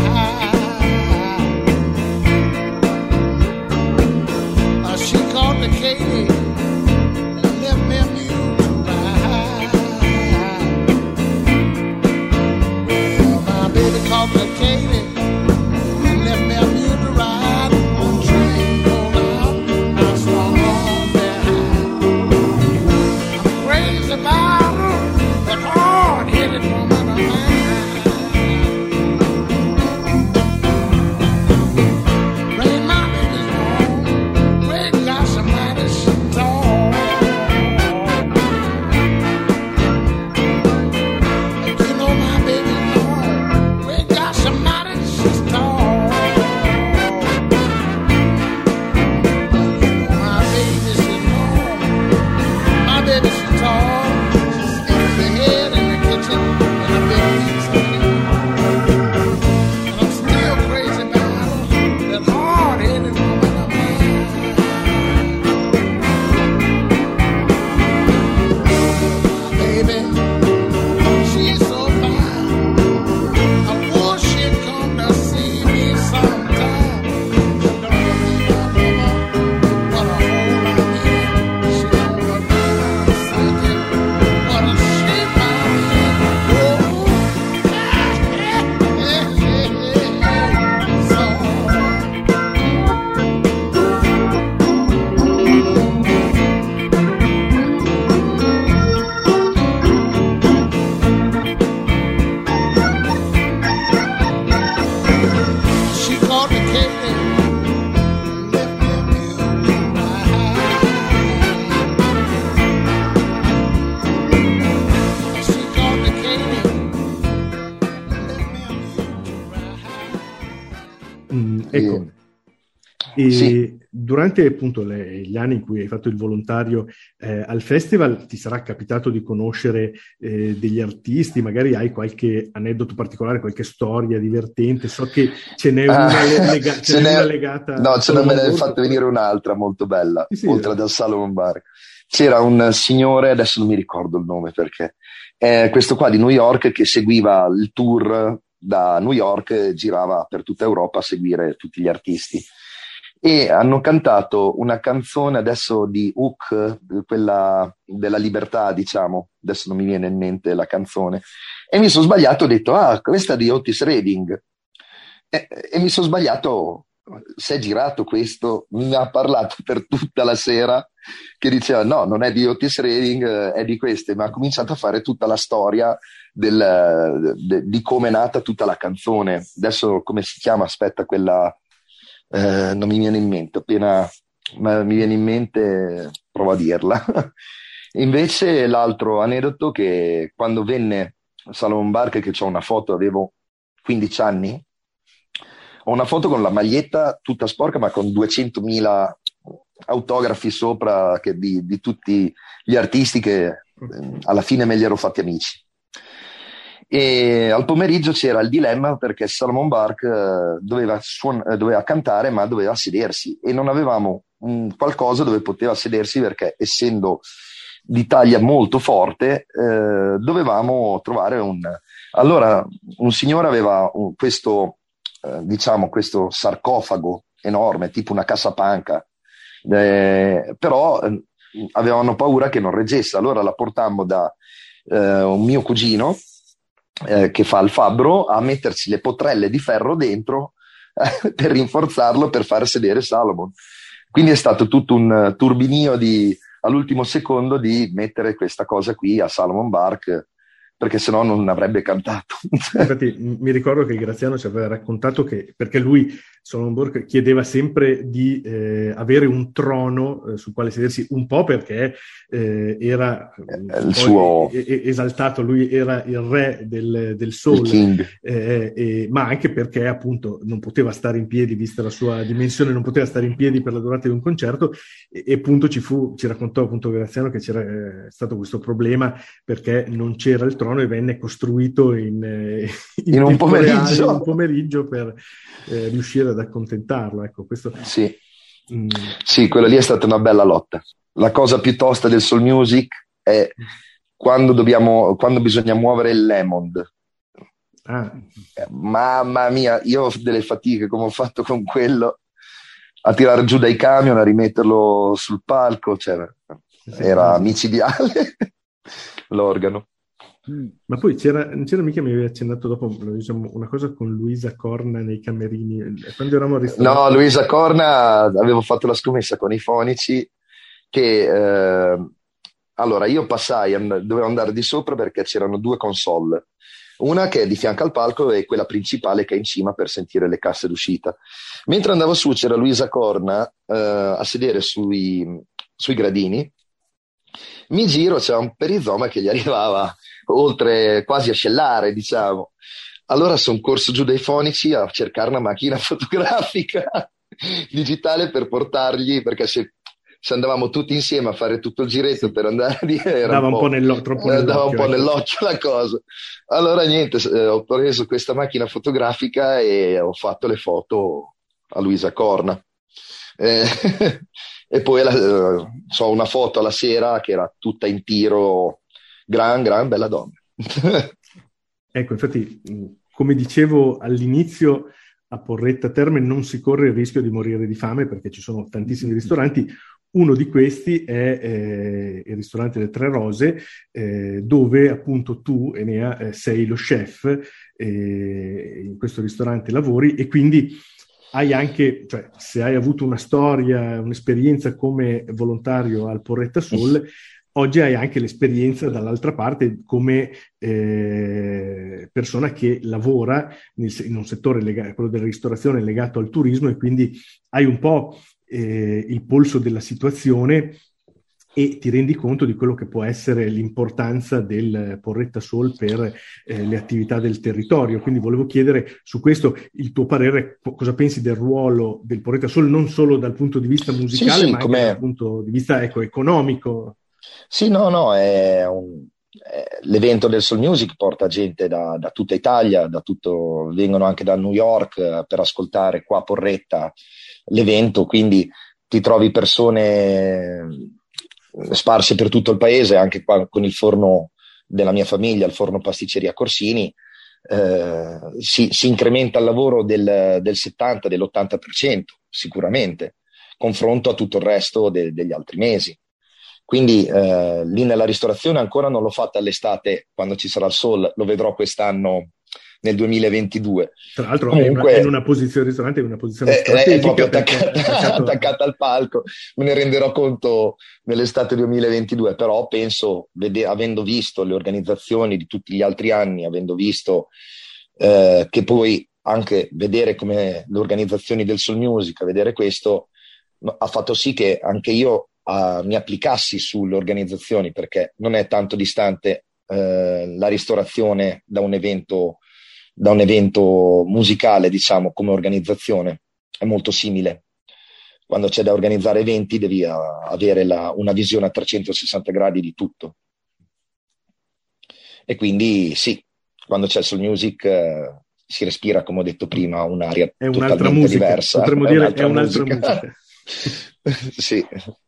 ride. She called the Katie and left me a mule to ride. Well, my baby called the Katie and left me a mule to ride. On train rolled out, I swung on behind. I'm crazy about her, that hard-headed woman of mine. Bring my babies home, break got somebody, she talk Ecco, e durante appunto gli anni in cui hai fatto il volontario al festival, ti sarà capitato di conoscere degli artisti, magari hai qualche aneddoto particolare, qualche storia divertente? So che ce n'è una, una legata. No, ce ne me ne hai fatto venire un'altra molto bella, sì, oltre dal Salomon Bar. C'era un signore, adesso non mi ricordo il nome perché, questo qua di New York che seguiva il tour da New York, girava per tutta Europa a seguire tutti gli artisti. E hanno cantato una canzone adesso di Hook, quella della libertà, diciamo, adesso non mi viene in mente la canzone, e mi sono sbagliato, ho detto, questa è di Otis Redding, e mi sono sbagliato, si è girato questo, mi ha parlato per tutta la sera, che diceva, no, non è di Otis Redding, è di queste, ma ha cominciato a fare tutta la storia di come è nata tutta la canzone. Adesso come si chiama? Aspetta, quella... non mi viene in mente, appena mi viene in mente provo a dirla. Invece l'altro aneddoto, che quando venne Salomon Bar, che c'ho una foto, avevo 15 anni, ho una foto con la maglietta tutta sporca ma con 200.000 autografi sopra di tutti gli artisti che alla fine me li ero fatti amici. E al pomeriggio c'era il dilemma perché Salomon Burke doveva cantare ma doveva sedersi, e non avevamo qualcosa dove poteva sedersi perché, essendo di taglia molto forte, dovevamo trovare allora un signore aveva questo sarcofago enorme, tipo una cassapanca, però avevano paura che non reggesse, allora la portammo da un mio cugino che fa il fabbro, a metterci le potrelle di ferro dentro per rinforzarlo, per far sedere Salomon. Quindi è stato tutto un turbinio all'ultimo secondo di mettere questa cosa qui a Salomon Burke, perché sennò non avrebbe cantato. Infatti mi ricordo che Graziano ci aveva raccontato che, perché lui, Salomon Burke, chiedeva sempre di avere un trono sul quale sedersi, un po' perché era il suo esaltato, lui era il re del soul, ma anche perché appunto non poteva stare in piedi, vista la sua dimensione, non poteva stare in piedi per la durata di un concerto, e appunto ci raccontò appunto Graziano che c'era stato questo problema perché non c'era il trono e venne costruito in un pomeriggio per riuscire ad accontentarlo. Ecco, questo... Sì, quella lì è stata una bella lotta. La cosa più tosta del soul music è quando bisogna muovere il Lemond. Mamma mia, io ho delle fatiche come ho fatto con quello, a tirare giù dai camion, a rimetterlo sul palco, era micidiale l'organo. Ma poi c'era mica, mi avevi accennato dopo, diciamo, una cosa con Luisa Corna nei camerini, quando eravamo al ristorante. No, Luisa Corna, avevo fatto la scommessa con i fonici che allora io dovevo andare di sopra perché c'erano due console, una che è di fianco al palco e quella principale che è in cima per sentire le casse d'uscita. Mentre andavo su c'era Luisa Corna a sedere sui gradini, mi giro, c'era un perizoma che gli arrivava oltre quasi a scellare, diciamo. Allora sono corso giù dai fonici a cercare una macchina fotografica digitale per portargli, perché se andavamo tutti insieme a fare tutto il giretto per andare lì, dava un po' nell'occhio la cosa. Allora niente, ho preso questa macchina fotografica e ho fatto le foto a Luisa Corna. E poi so una foto alla sera che era tutta in tiro, gran bella donna. Ecco, infatti, come dicevo all'inizio, a Porretta Terme non si corre il rischio di morire di fame perché ci sono tantissimi ristoranti. Uno di questi è il ristorante Le Tre Rose, dove appunto tu, Enea, sei lo chef, in questo ristorante lavori, e quindi hai anche, cioè, se hai avuto una storia, un'esperienza come volontario al Porretta Soul, oggi hai anche l'esperienza dall'altra parte come persona che lavora in un settore quello della ristorazione, legato al turismo, e quindi hai un po' il polso della situazione e ti rendi conto di quello che può essere l'importanza del Porretta Soul per le attività del territorio. Quindi volevo chiedere su questo il tuo parere, cosa pensi del ruolo del Porretta Soul, non solo dal punto di vista musicale, ma anche dal punto di vista economico. Sì, no, l'evento del Soul Music porta gente da tutta Italia, vengono anche da New York per ascoltare qua a Porretta l'evento, quindi ti trovi persone sparse per tutto il paese. Anche qua con il forno della mia famiglia, il forno pasticceria Corsini, si incrementa il lavoro del 70, dell'80% sicuramente, confronto a tutto il resto degli altri mesi. Quindi lì nella ristorazione ancora non l'ho fatta all'estate quando ci sarà il Soul, lo vedrò quest'anno nel 2022. Tra l'altro comunque, è in una posizione, il ristorante è in una posizione strategica, è proprio attaccata al palco. Me ne renderò conto nell'estate 2022, però penso, avendo visto le organizzazioni di tutti gli altri anni, avendo visto che poi anche vedere come le organizzazioni del Soul Music, vedere questo ha fatto sì che anche io mi applicassi sulle organizzazioni, perché non è tanto distante la ristorazione da un evento musicale, diciamo, come organizzazione. È molto simile. Quando c'è da organizzare eventi devi avere una visione a 360 gradi di tutto. E quindi sì, quando c'è il Soul Music si respira, come ho detto prima, un'aria totalmente diversa. Potremmo dire è un'altra musica. Sì.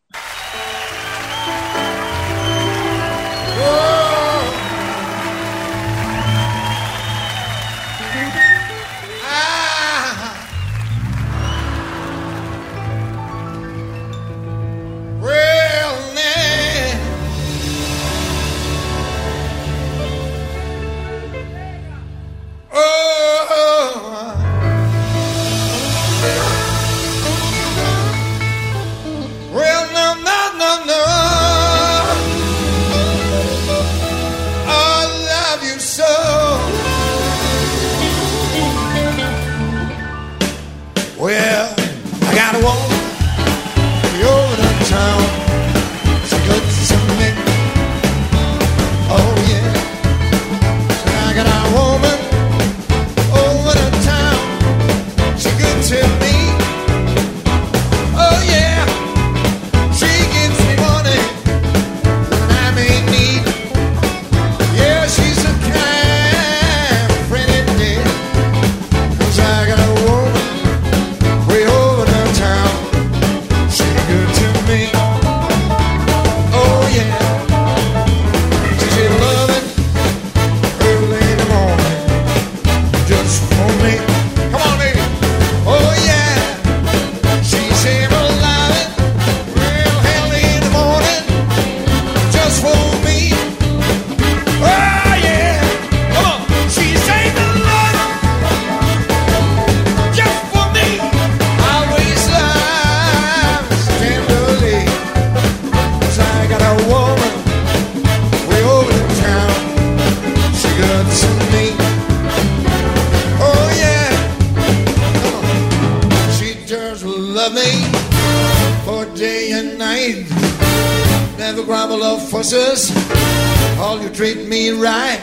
All you treat me right,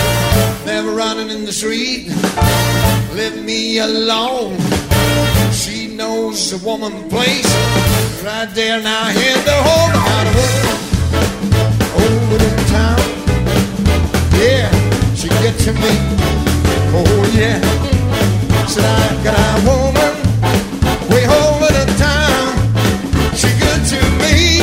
never running in the street, leave me alone. She knows a woman place, right there now in the home. I got a woman over in town, yeah, she gets to me, oh yeah. Said I got a woman way over the town, she good to me.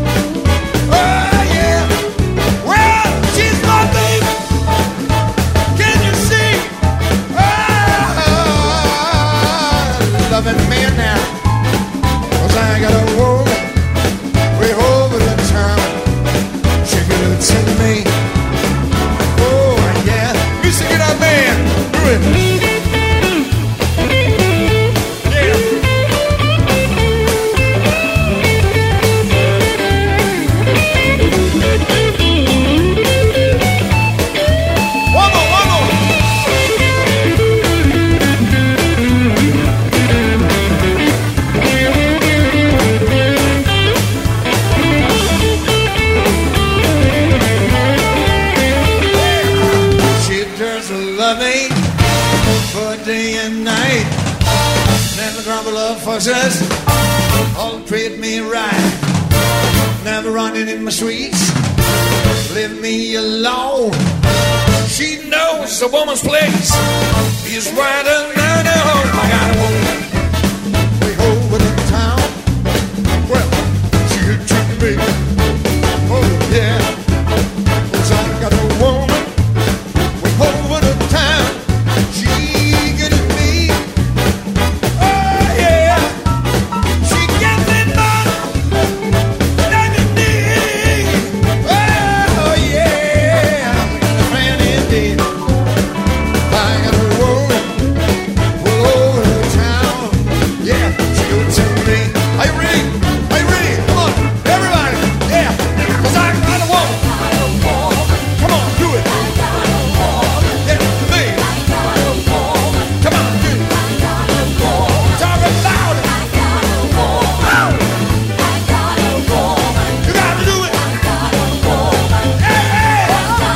Loving me now, 'cause I got a woman way over the town, she good to me, oh yeah, you sing it up man, do it. fussers all treat me right. Never running in my streets, leave me alone. She knows a woman's place is right under her home. I got a woman way over the town. Well, she'll treat me, oh yeah. 'Cause I got a woman way over the town. She gets me, oh yeah. She gets me more than you need. Oh yeah, I got a friend indeed. I got a woman way over the town. Yeah, she'll tell me, are you ready? Are you ready? Come on, everybody, yeah. 'Cause I got a woman. Come on, do it. Yeah, me. Come on, do it. Talk about it. Oh. You got to do it. Hey, hey.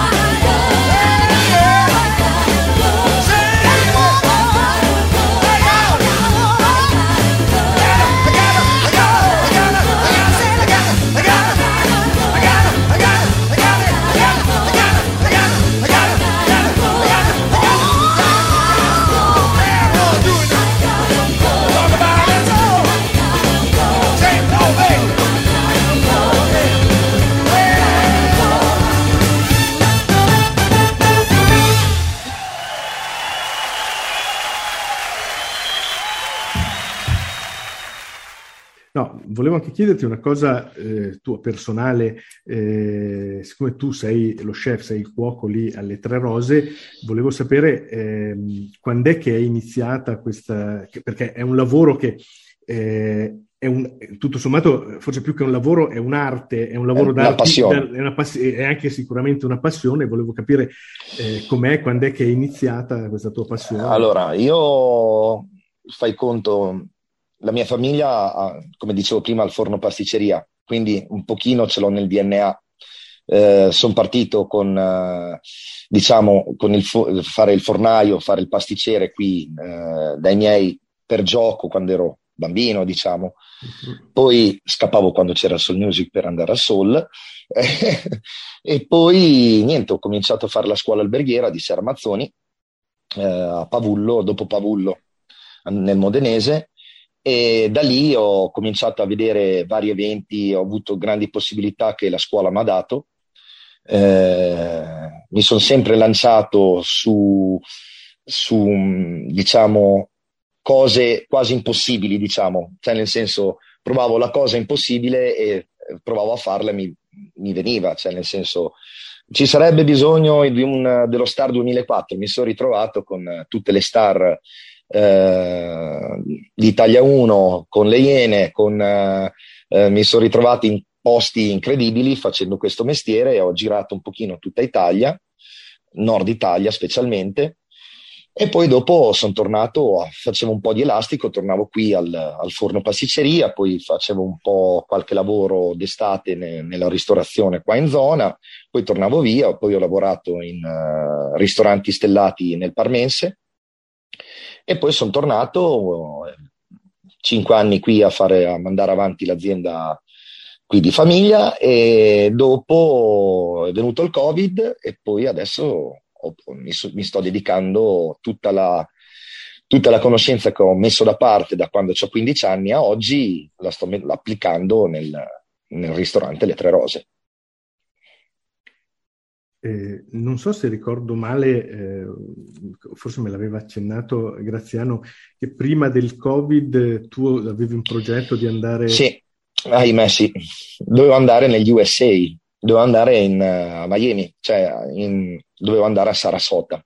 No, volevo anche chiederti una cosa tua personale, siccome tu sei lo chef, sei il cuoco lì alle Tre Rose, volevo sapere quando è che è iniziata questa, perché è un lavoro che tutto sommato, forse più che un lavoro, è un'arte, è un lavoro d'arte, passione. È anche sicuramente una passione. Volevo capire com'è, quando è che è iniziata questa tua passione. Allora, io fai conto, la mia famiglia ha, come dicevo prima, il forno pasticceria, quindi un pochino ce l'ho nel DNA. Sono partito con fare il fornaio, fare il pasticcere qui dai miei per gioco quando ero bambino, diciamo. Poi scappavo quando c'era Soul Music per andare al Soul e poi niente, ho cominciato a fare la scuola alberghiera di Serramazzoni a Pavullo, dopo Pavullo nel Modenese, e da lì ho cominciato a vedere vari eventi, ho avuto grandi possibilità che la scuola mi ha dato. Mi sono sempre lanciato su diciamo cose quasi impossibili, diciamo, cioè nel senso provavo la cosa impossibile e provavo a farla e mi veniva, cioè nel senso ci sarebbe bisogno dello Star 2004, mi sono ritrovato con tutte le star di Italia 1, con le Iene, mi sono ritrovato in posti incredibili facendo questo mestiere e ho girato un pochino tutta Italia, Nord Italia specialmente, e poi dopo sono tornato, facevo un po' di elastico, tornavo qui al forno pasticceria, poi facevo un po' qualche lavoro d'estate nella ristorazione qua in zona, poi tornavo via, poi ho lavorato in ristoranti stellati nel Parmense e poi sono tornato 5 anni qui a mandare avanti l'azienda qui di famiglia, e dopo è venuto il Covid e poi adesso mi sto dedicando tutta la conoscenza che ho messo da parte da quando ho 15 anni a oggi, la sto applicando nel ristorante Le Tre Rose. Non so se ricordo male, forse me l'aveva accennato Graziano, che prima del Covid tu avevi un progetto di andare... Sì, ahimè sì, dovevo andare negli USA, dovevo andare a Miami, cioè dovevo andare a Sarasota.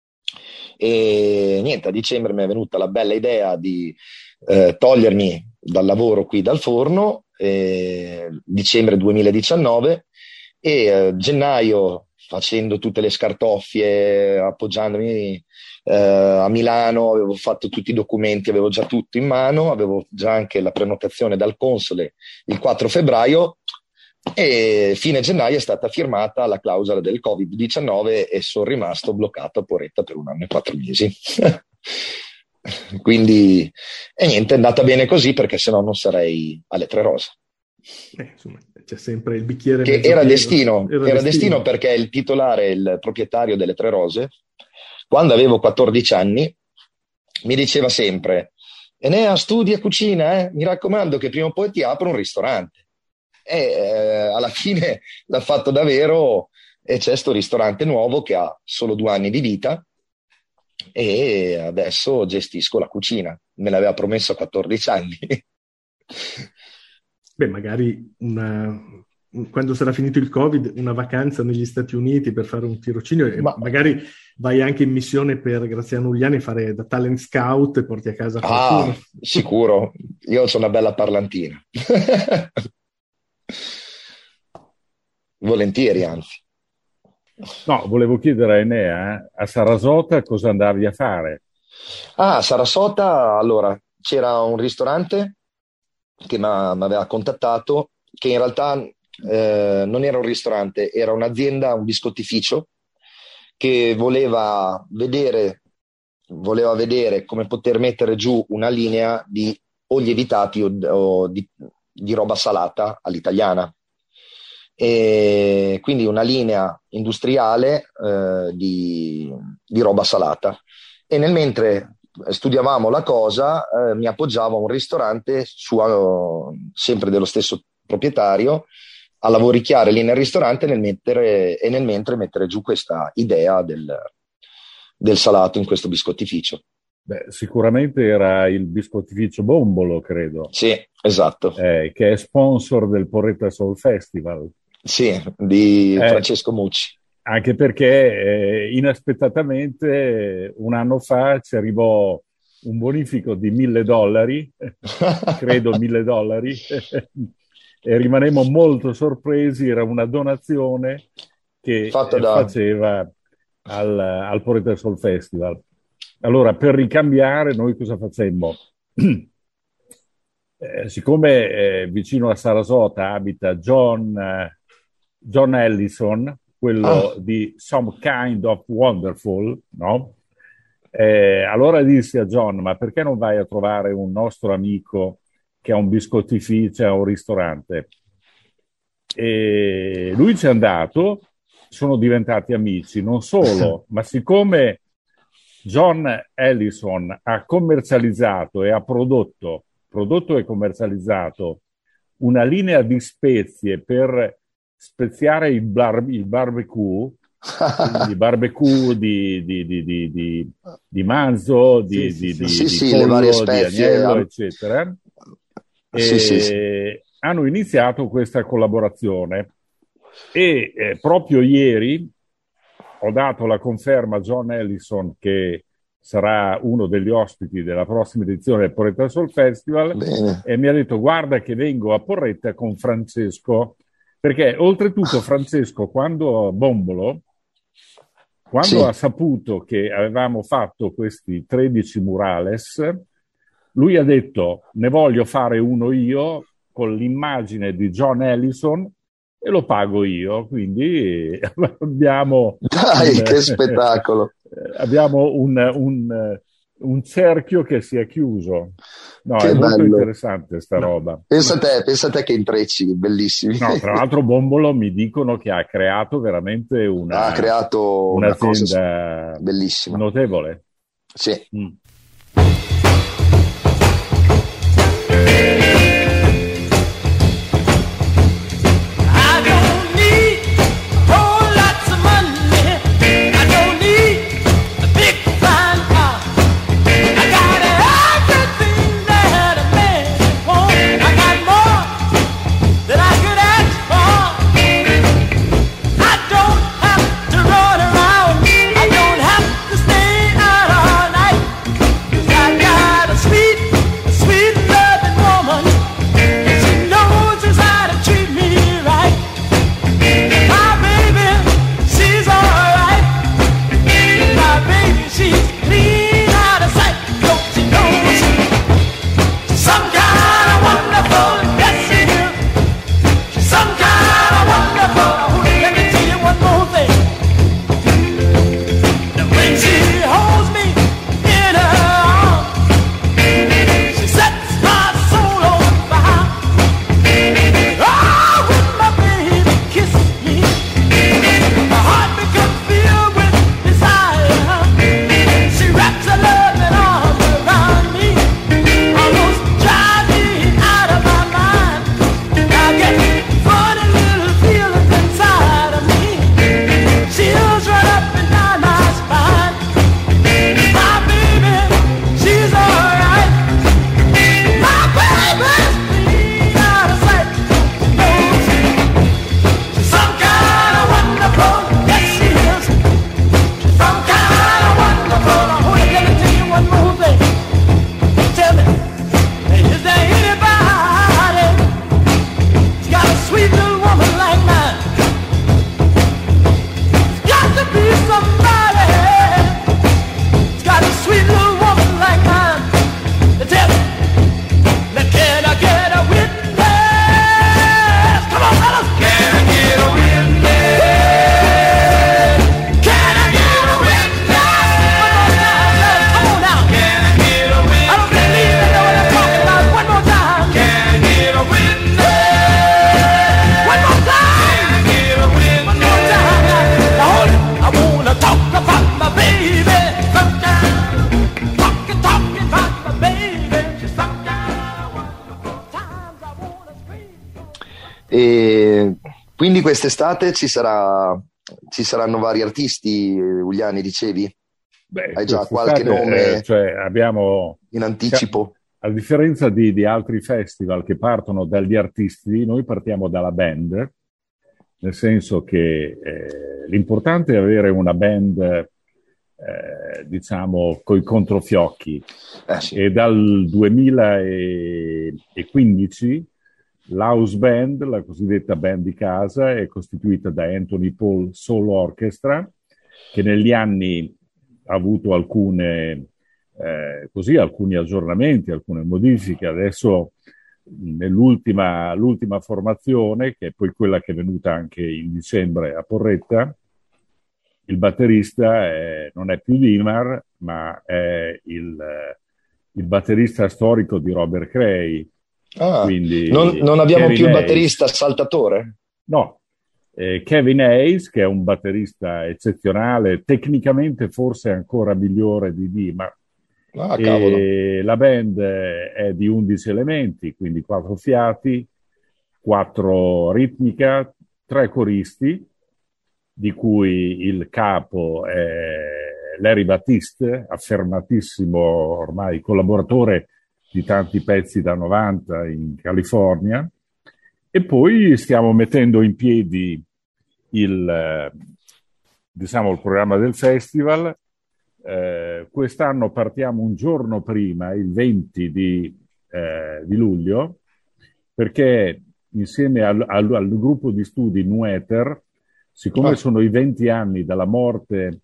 E niente, a dicembre mi è venuta la bella idea di togliermi dal lavoro qui dal forno, dicembre 2019, e gennaio, facendo tutte le scartoffie, appoggiandomi a Milano, avevo fatto tutti i documenti, avevo già tutto in mano, avevo già anche la prenotazione dal console il 4 febbraio, e fine gennaio è stata firmata la clausola del Covid-19 e sono rimasto bloccato a Poretta per 1 anno e 4 mesi. Quindi, e niente, è andata bene così, perché sennò non sarei alle Tre Rose. Insomma, c'è sempre il bicchiere Che mezzo era pieno. destino, era destino, perché il titolare, il proprietario delle Tre Rose, quando avevo 14 anni, mi diceva sempre: Enea, studia cucina, mi raccomando che prima o poi ti apro un ristorante. E alla fine l'ha fatto davvero, e c'è sto ristorante nuovo che ha solo 2 anni di vita, e adesso gestisco la cucina. Me l'aveva promesso a 14 anni. Beh, magari quando sarà finito il Covid, una vacanza negli Stati Uniti per fare un tirocinio, e magari vai anche in missione per Graziano Uliani a fare da talent scout e porti a casa qualcuno. Sicuro, io ho una bella parlantina. Volentieri, anzi. No, volevo chiedere a Enea, a Sarasota cosa andavi a fare? A Sarasota, allora, c'era un ristorante che mi aveva contattato, che in realtà non era un ristorante, era un'azienda, un biscottificio, che voleva vedere come poter mettere giù una linea di o lievitati o di roba salata all'italiana. E quindi una linea industriale di roba salata. E mentre studiavamo la cosa, mi appoggiavo a un ristorante sempre dello stesso proprietario, a lavoricchiare lì nel ristorante nel mentre mettere giù questa idea del salato in questo biscottificio. Beh, sicuramente era il biscottificio Bombolo, credo. Sì, esatto. Che è sponsor del Porretta Soul Festival. Sì, di Francesco Mucci. Anche perché inaspettatamente un anno fa ci arrivò un bonifico di $1.000, credo $1.000, e rimanemmo molto sorpresi. Era una donazione che faceva al Porretta Soul Festival. Allora, per ricambiare, noi cosa facemmo? Siccome vicino a Sarasota abita John Ellison, quello di Some Kind of Wonderful, no? Allora dissi a John: ma perché non vai a trovare un nostro amico che ha un biscottificio, ha un ristorante? E lui ci è andato, sono diventati amici, non solo, ma siccome John Ellison ha commercializzato e ha prodotto e commercializzato una linea di spezie per speziare il barbecue, quindi barbecue di manzo, di pollo, le varie spezie, di agnello, eccetera. Hanno iniziato questa collaborazione e proprio ieri ho dato la conferma a John Ellison che sarà uno degli ospiti della prossima edizione del Porretta Soul Festival. Bene. E mi ha detto: guarda che vengo a Porretta con Francesco, perché oltretutto Francesco, quando ha saputo che avevamo fatto questi 13 murales, lui ha detto: ne voglio fare uno io con l'immagine di John Ellison e lo pago io. Quindi abbiamo che spettacolo! Abbiamo un cerchio che si è chiuso. No, che è molto bello. Interessante sta roba. Pensa a te che intrecci bellissimi. No, tra l'altro Bombolo mi dicono che ha creato veramente un'azienda una cosa bellissima, notevole. Sì. Quindi quest'estate ci saranno vari artisti, Uliani, dicevi? Beh, Hai già qualche nome cioè abbiamo, in anticipo? a differenza di altri festival che partono dagli artisti, noi partiamo dalla band, nel senso che l'importante è avere una band, diciamo, coi controfiocchi. Sì. E dal 2015 l'house band, la cosiddetta band di casa, è costituita da Anthony Paul Soul Orchestra, che negli anni ha avuto alcuni aggiornamenti, alcune modifiche. Adesso l'ultima formazione, che è poi quella che è venuta anche in dicembre a Porretta, il batterista non è più Dimar, ma è il batterista storico di Robert Cray. Quindi non abbiamo Kevin più il Hayes. batterista saltatore? No, Kevin Hayes, che è un batterista eccezionale, tecnicamente forse ancora migliore di Dimar. Cavolo. La band è di 11 elementi, quindi 4 fiati, 4 ritmica, 3 coristi, di cui il capo è Larry Battiste, affermatissimo ormai collaboratore di tanti pezzi da 90 in California. E poi stiamo mettendo in piedi il programma del festival. Quest'anno partiamo un giorno prima, il 20 di luglio, perché insieme al gruppo di studi Nueter, siccome sono i 20 anni dalla morte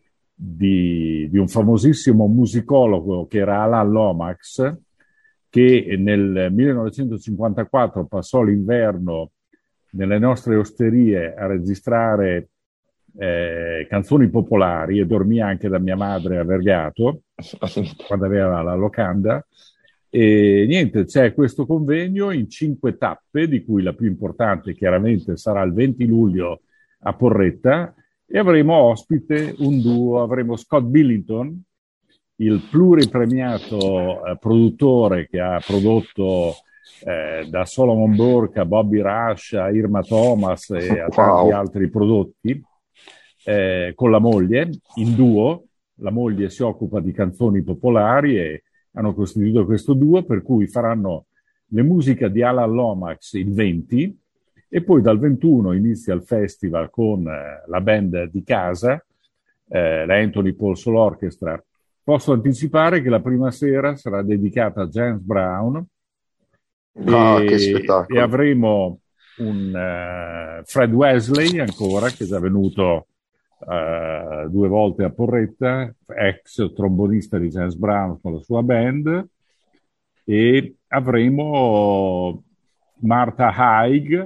di un famosissimo musicologo che era Alan Lomax, che nel 1954 passò l'inverno nelle nostre osterie a registrare canzoni popolari e dormì anche da mia madre a Vergato quando aveva la locanda. E niente, c'è questo convegno in 5 tappe, di cui la più importante chiaramente sarà il 20 luglio a Porretta, e avremo ospite un duo. Avremo Scott Billington, il pluripremiato produttore che ha prodotto da Solomon Burke a Bobby Rush a Irma Thomas e a tanti altri prodotti, con la moglie, in duo. La moglie si occupa di canzoni popolari e hanno costituito questo duo, per cui faranno le musiche di Alan Lomax il 20, e poi dal 21 inizia il festival con la band di casa, la Anthony Paul Soul Orchestra. Posso anticipare che la prima sera sarà dedicata a James Brown, che spettacolo. E avremo un Fred Wesley ancora, che è già venuto 2 volte a Porretta, ex trombonista di James Brown con la sua band, e avremo Martha Haig,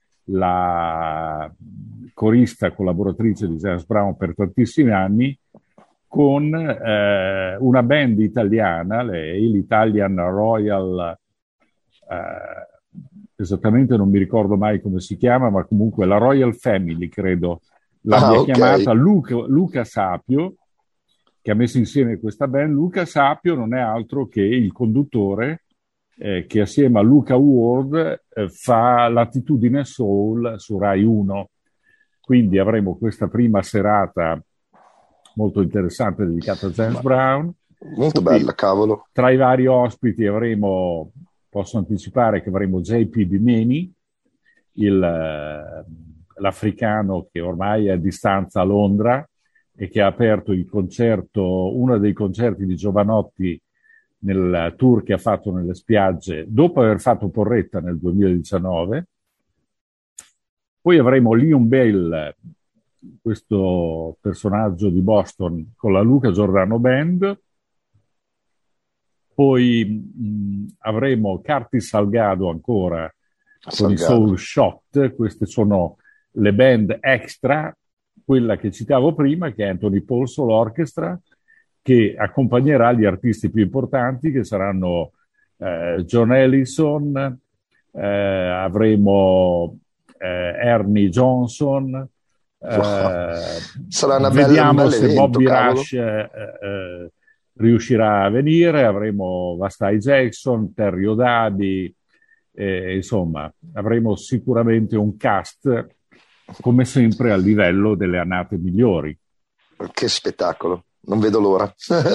la corista collaboratrice di James Brown per tantissimi anni, con una band italiana, l'Italian Royal, esattamente non mi ricordo mai come si chiama, ma comunque la Royal Family, credo l'abbia chiamata, Luca Sapio, che ha messo insieme questa band. Luca Sapio non è altro che il conduttore che assieme a Luca Ward fa Latitudine Soul su Rai 1. Quindi avremo questa prima serata molto interessante dedicata a James Brown. Molto bella, cavolo. Tra i vari ospiti posso anticipare che avremo JP Bimeni, l'africano che ormai è a distanza a Londra e che ha aperto uno dei concerti di Giovanotti nel tour che ha fatto nelle spiagge dopo aver fatto Porretta nel 2019. Poi avremo Leon Bell, questo personaggio di Boston, con la Luca Giordano Band. Poi avremo Curtis Salgado ancora con i Soul Shot. Queste sono le band extra, quella che citavo prima, che è Anthony Paul Soul Orchestra, che accompagnerà gli artisti più importanti, che saranno John Ellison, avremo Ernie Johnson, sarà una vediamo bella se evento, Bobby cavolo. Rush riuscirà a venire. Avremo Vastai Jackson, Terry O'Dadi, insomma, avremo sicuramente un cast, come sempre, a livello delle annate migliori. Che spettacolo, non vedo l'ora.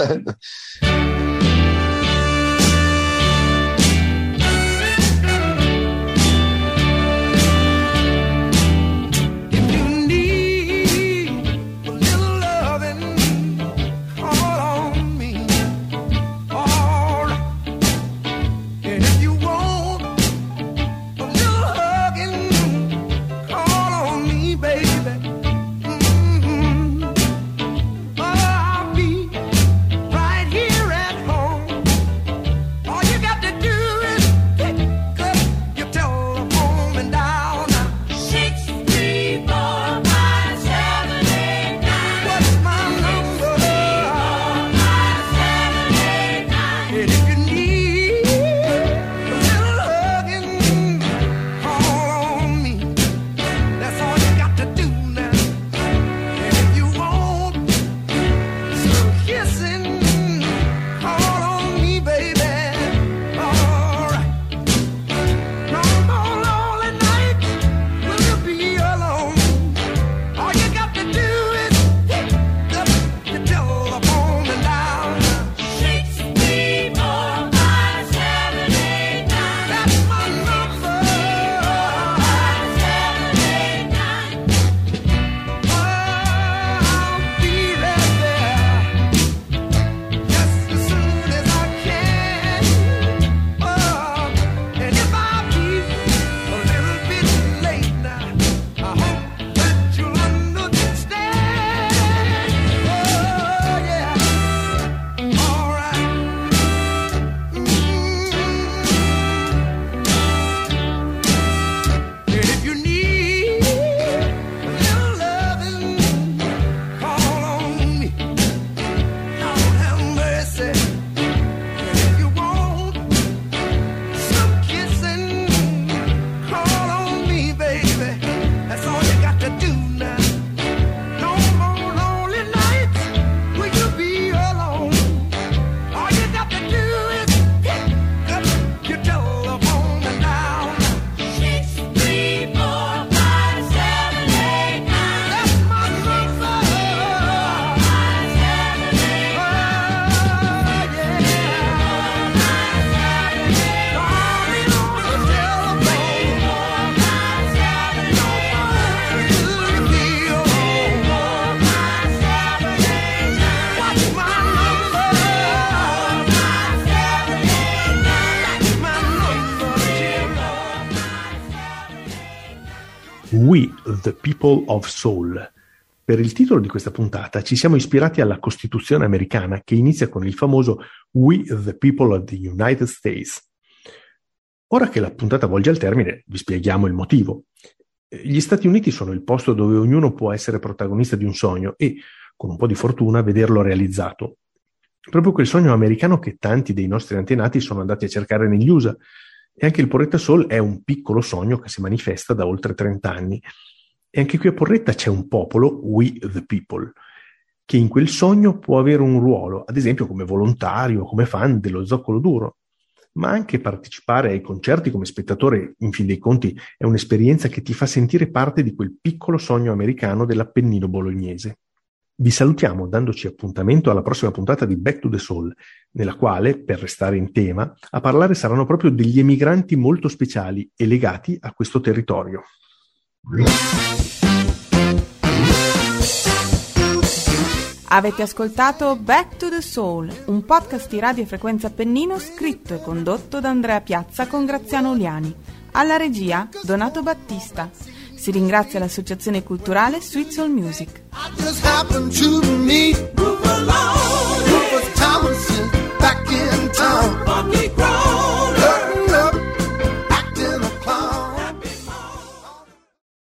We, the People of Soul. Per il titolo di questa puntata ci siamo ispirati alla Costituzione americana, che inizia con il famoso We, the People of the United States. Ora che la puntata volge al termine, vi spieghiamo il motivo. Gli Stati Uniti sono il posto dove ognuno può essere protagonista di un sogno e, con un po' di fortuna, vederlo realizzato. Proprio quel sogno americano che tanti dei nostri antenati sono andati a cercare negli USA. E anche il Porretta Soul è un piccolo sogno che si manifesta da oltre 30 anni. E anche qui a Porretta c'è un popolo, We the People, che in quel sogno può avere un ruolo, ad esempio come volontario, come fan dello Zoccolo Duro. Ma anche partecipare ai concerti come spettatore, in fin dei conti, è un'esperienza che ti fa sentire parte di quel piccolo sogno americano dell'Appennino bolognese. Vi salutiamo dandoci appuntamento alla prossima puntata di Back to the Soul, nella quale, per restare in tema, a parlare saranno proprio degli emigranti molto speciali e legati a questo territorio. Avete ascoltato Back to the Soul, un podcast di Radio Frequenza Appennino scritto e condotto da Andrea Piazza con Graziano Uliani. Alla regia Donato Battista. Si ringrazia l'Associazione Culturale Sweet Soul Music.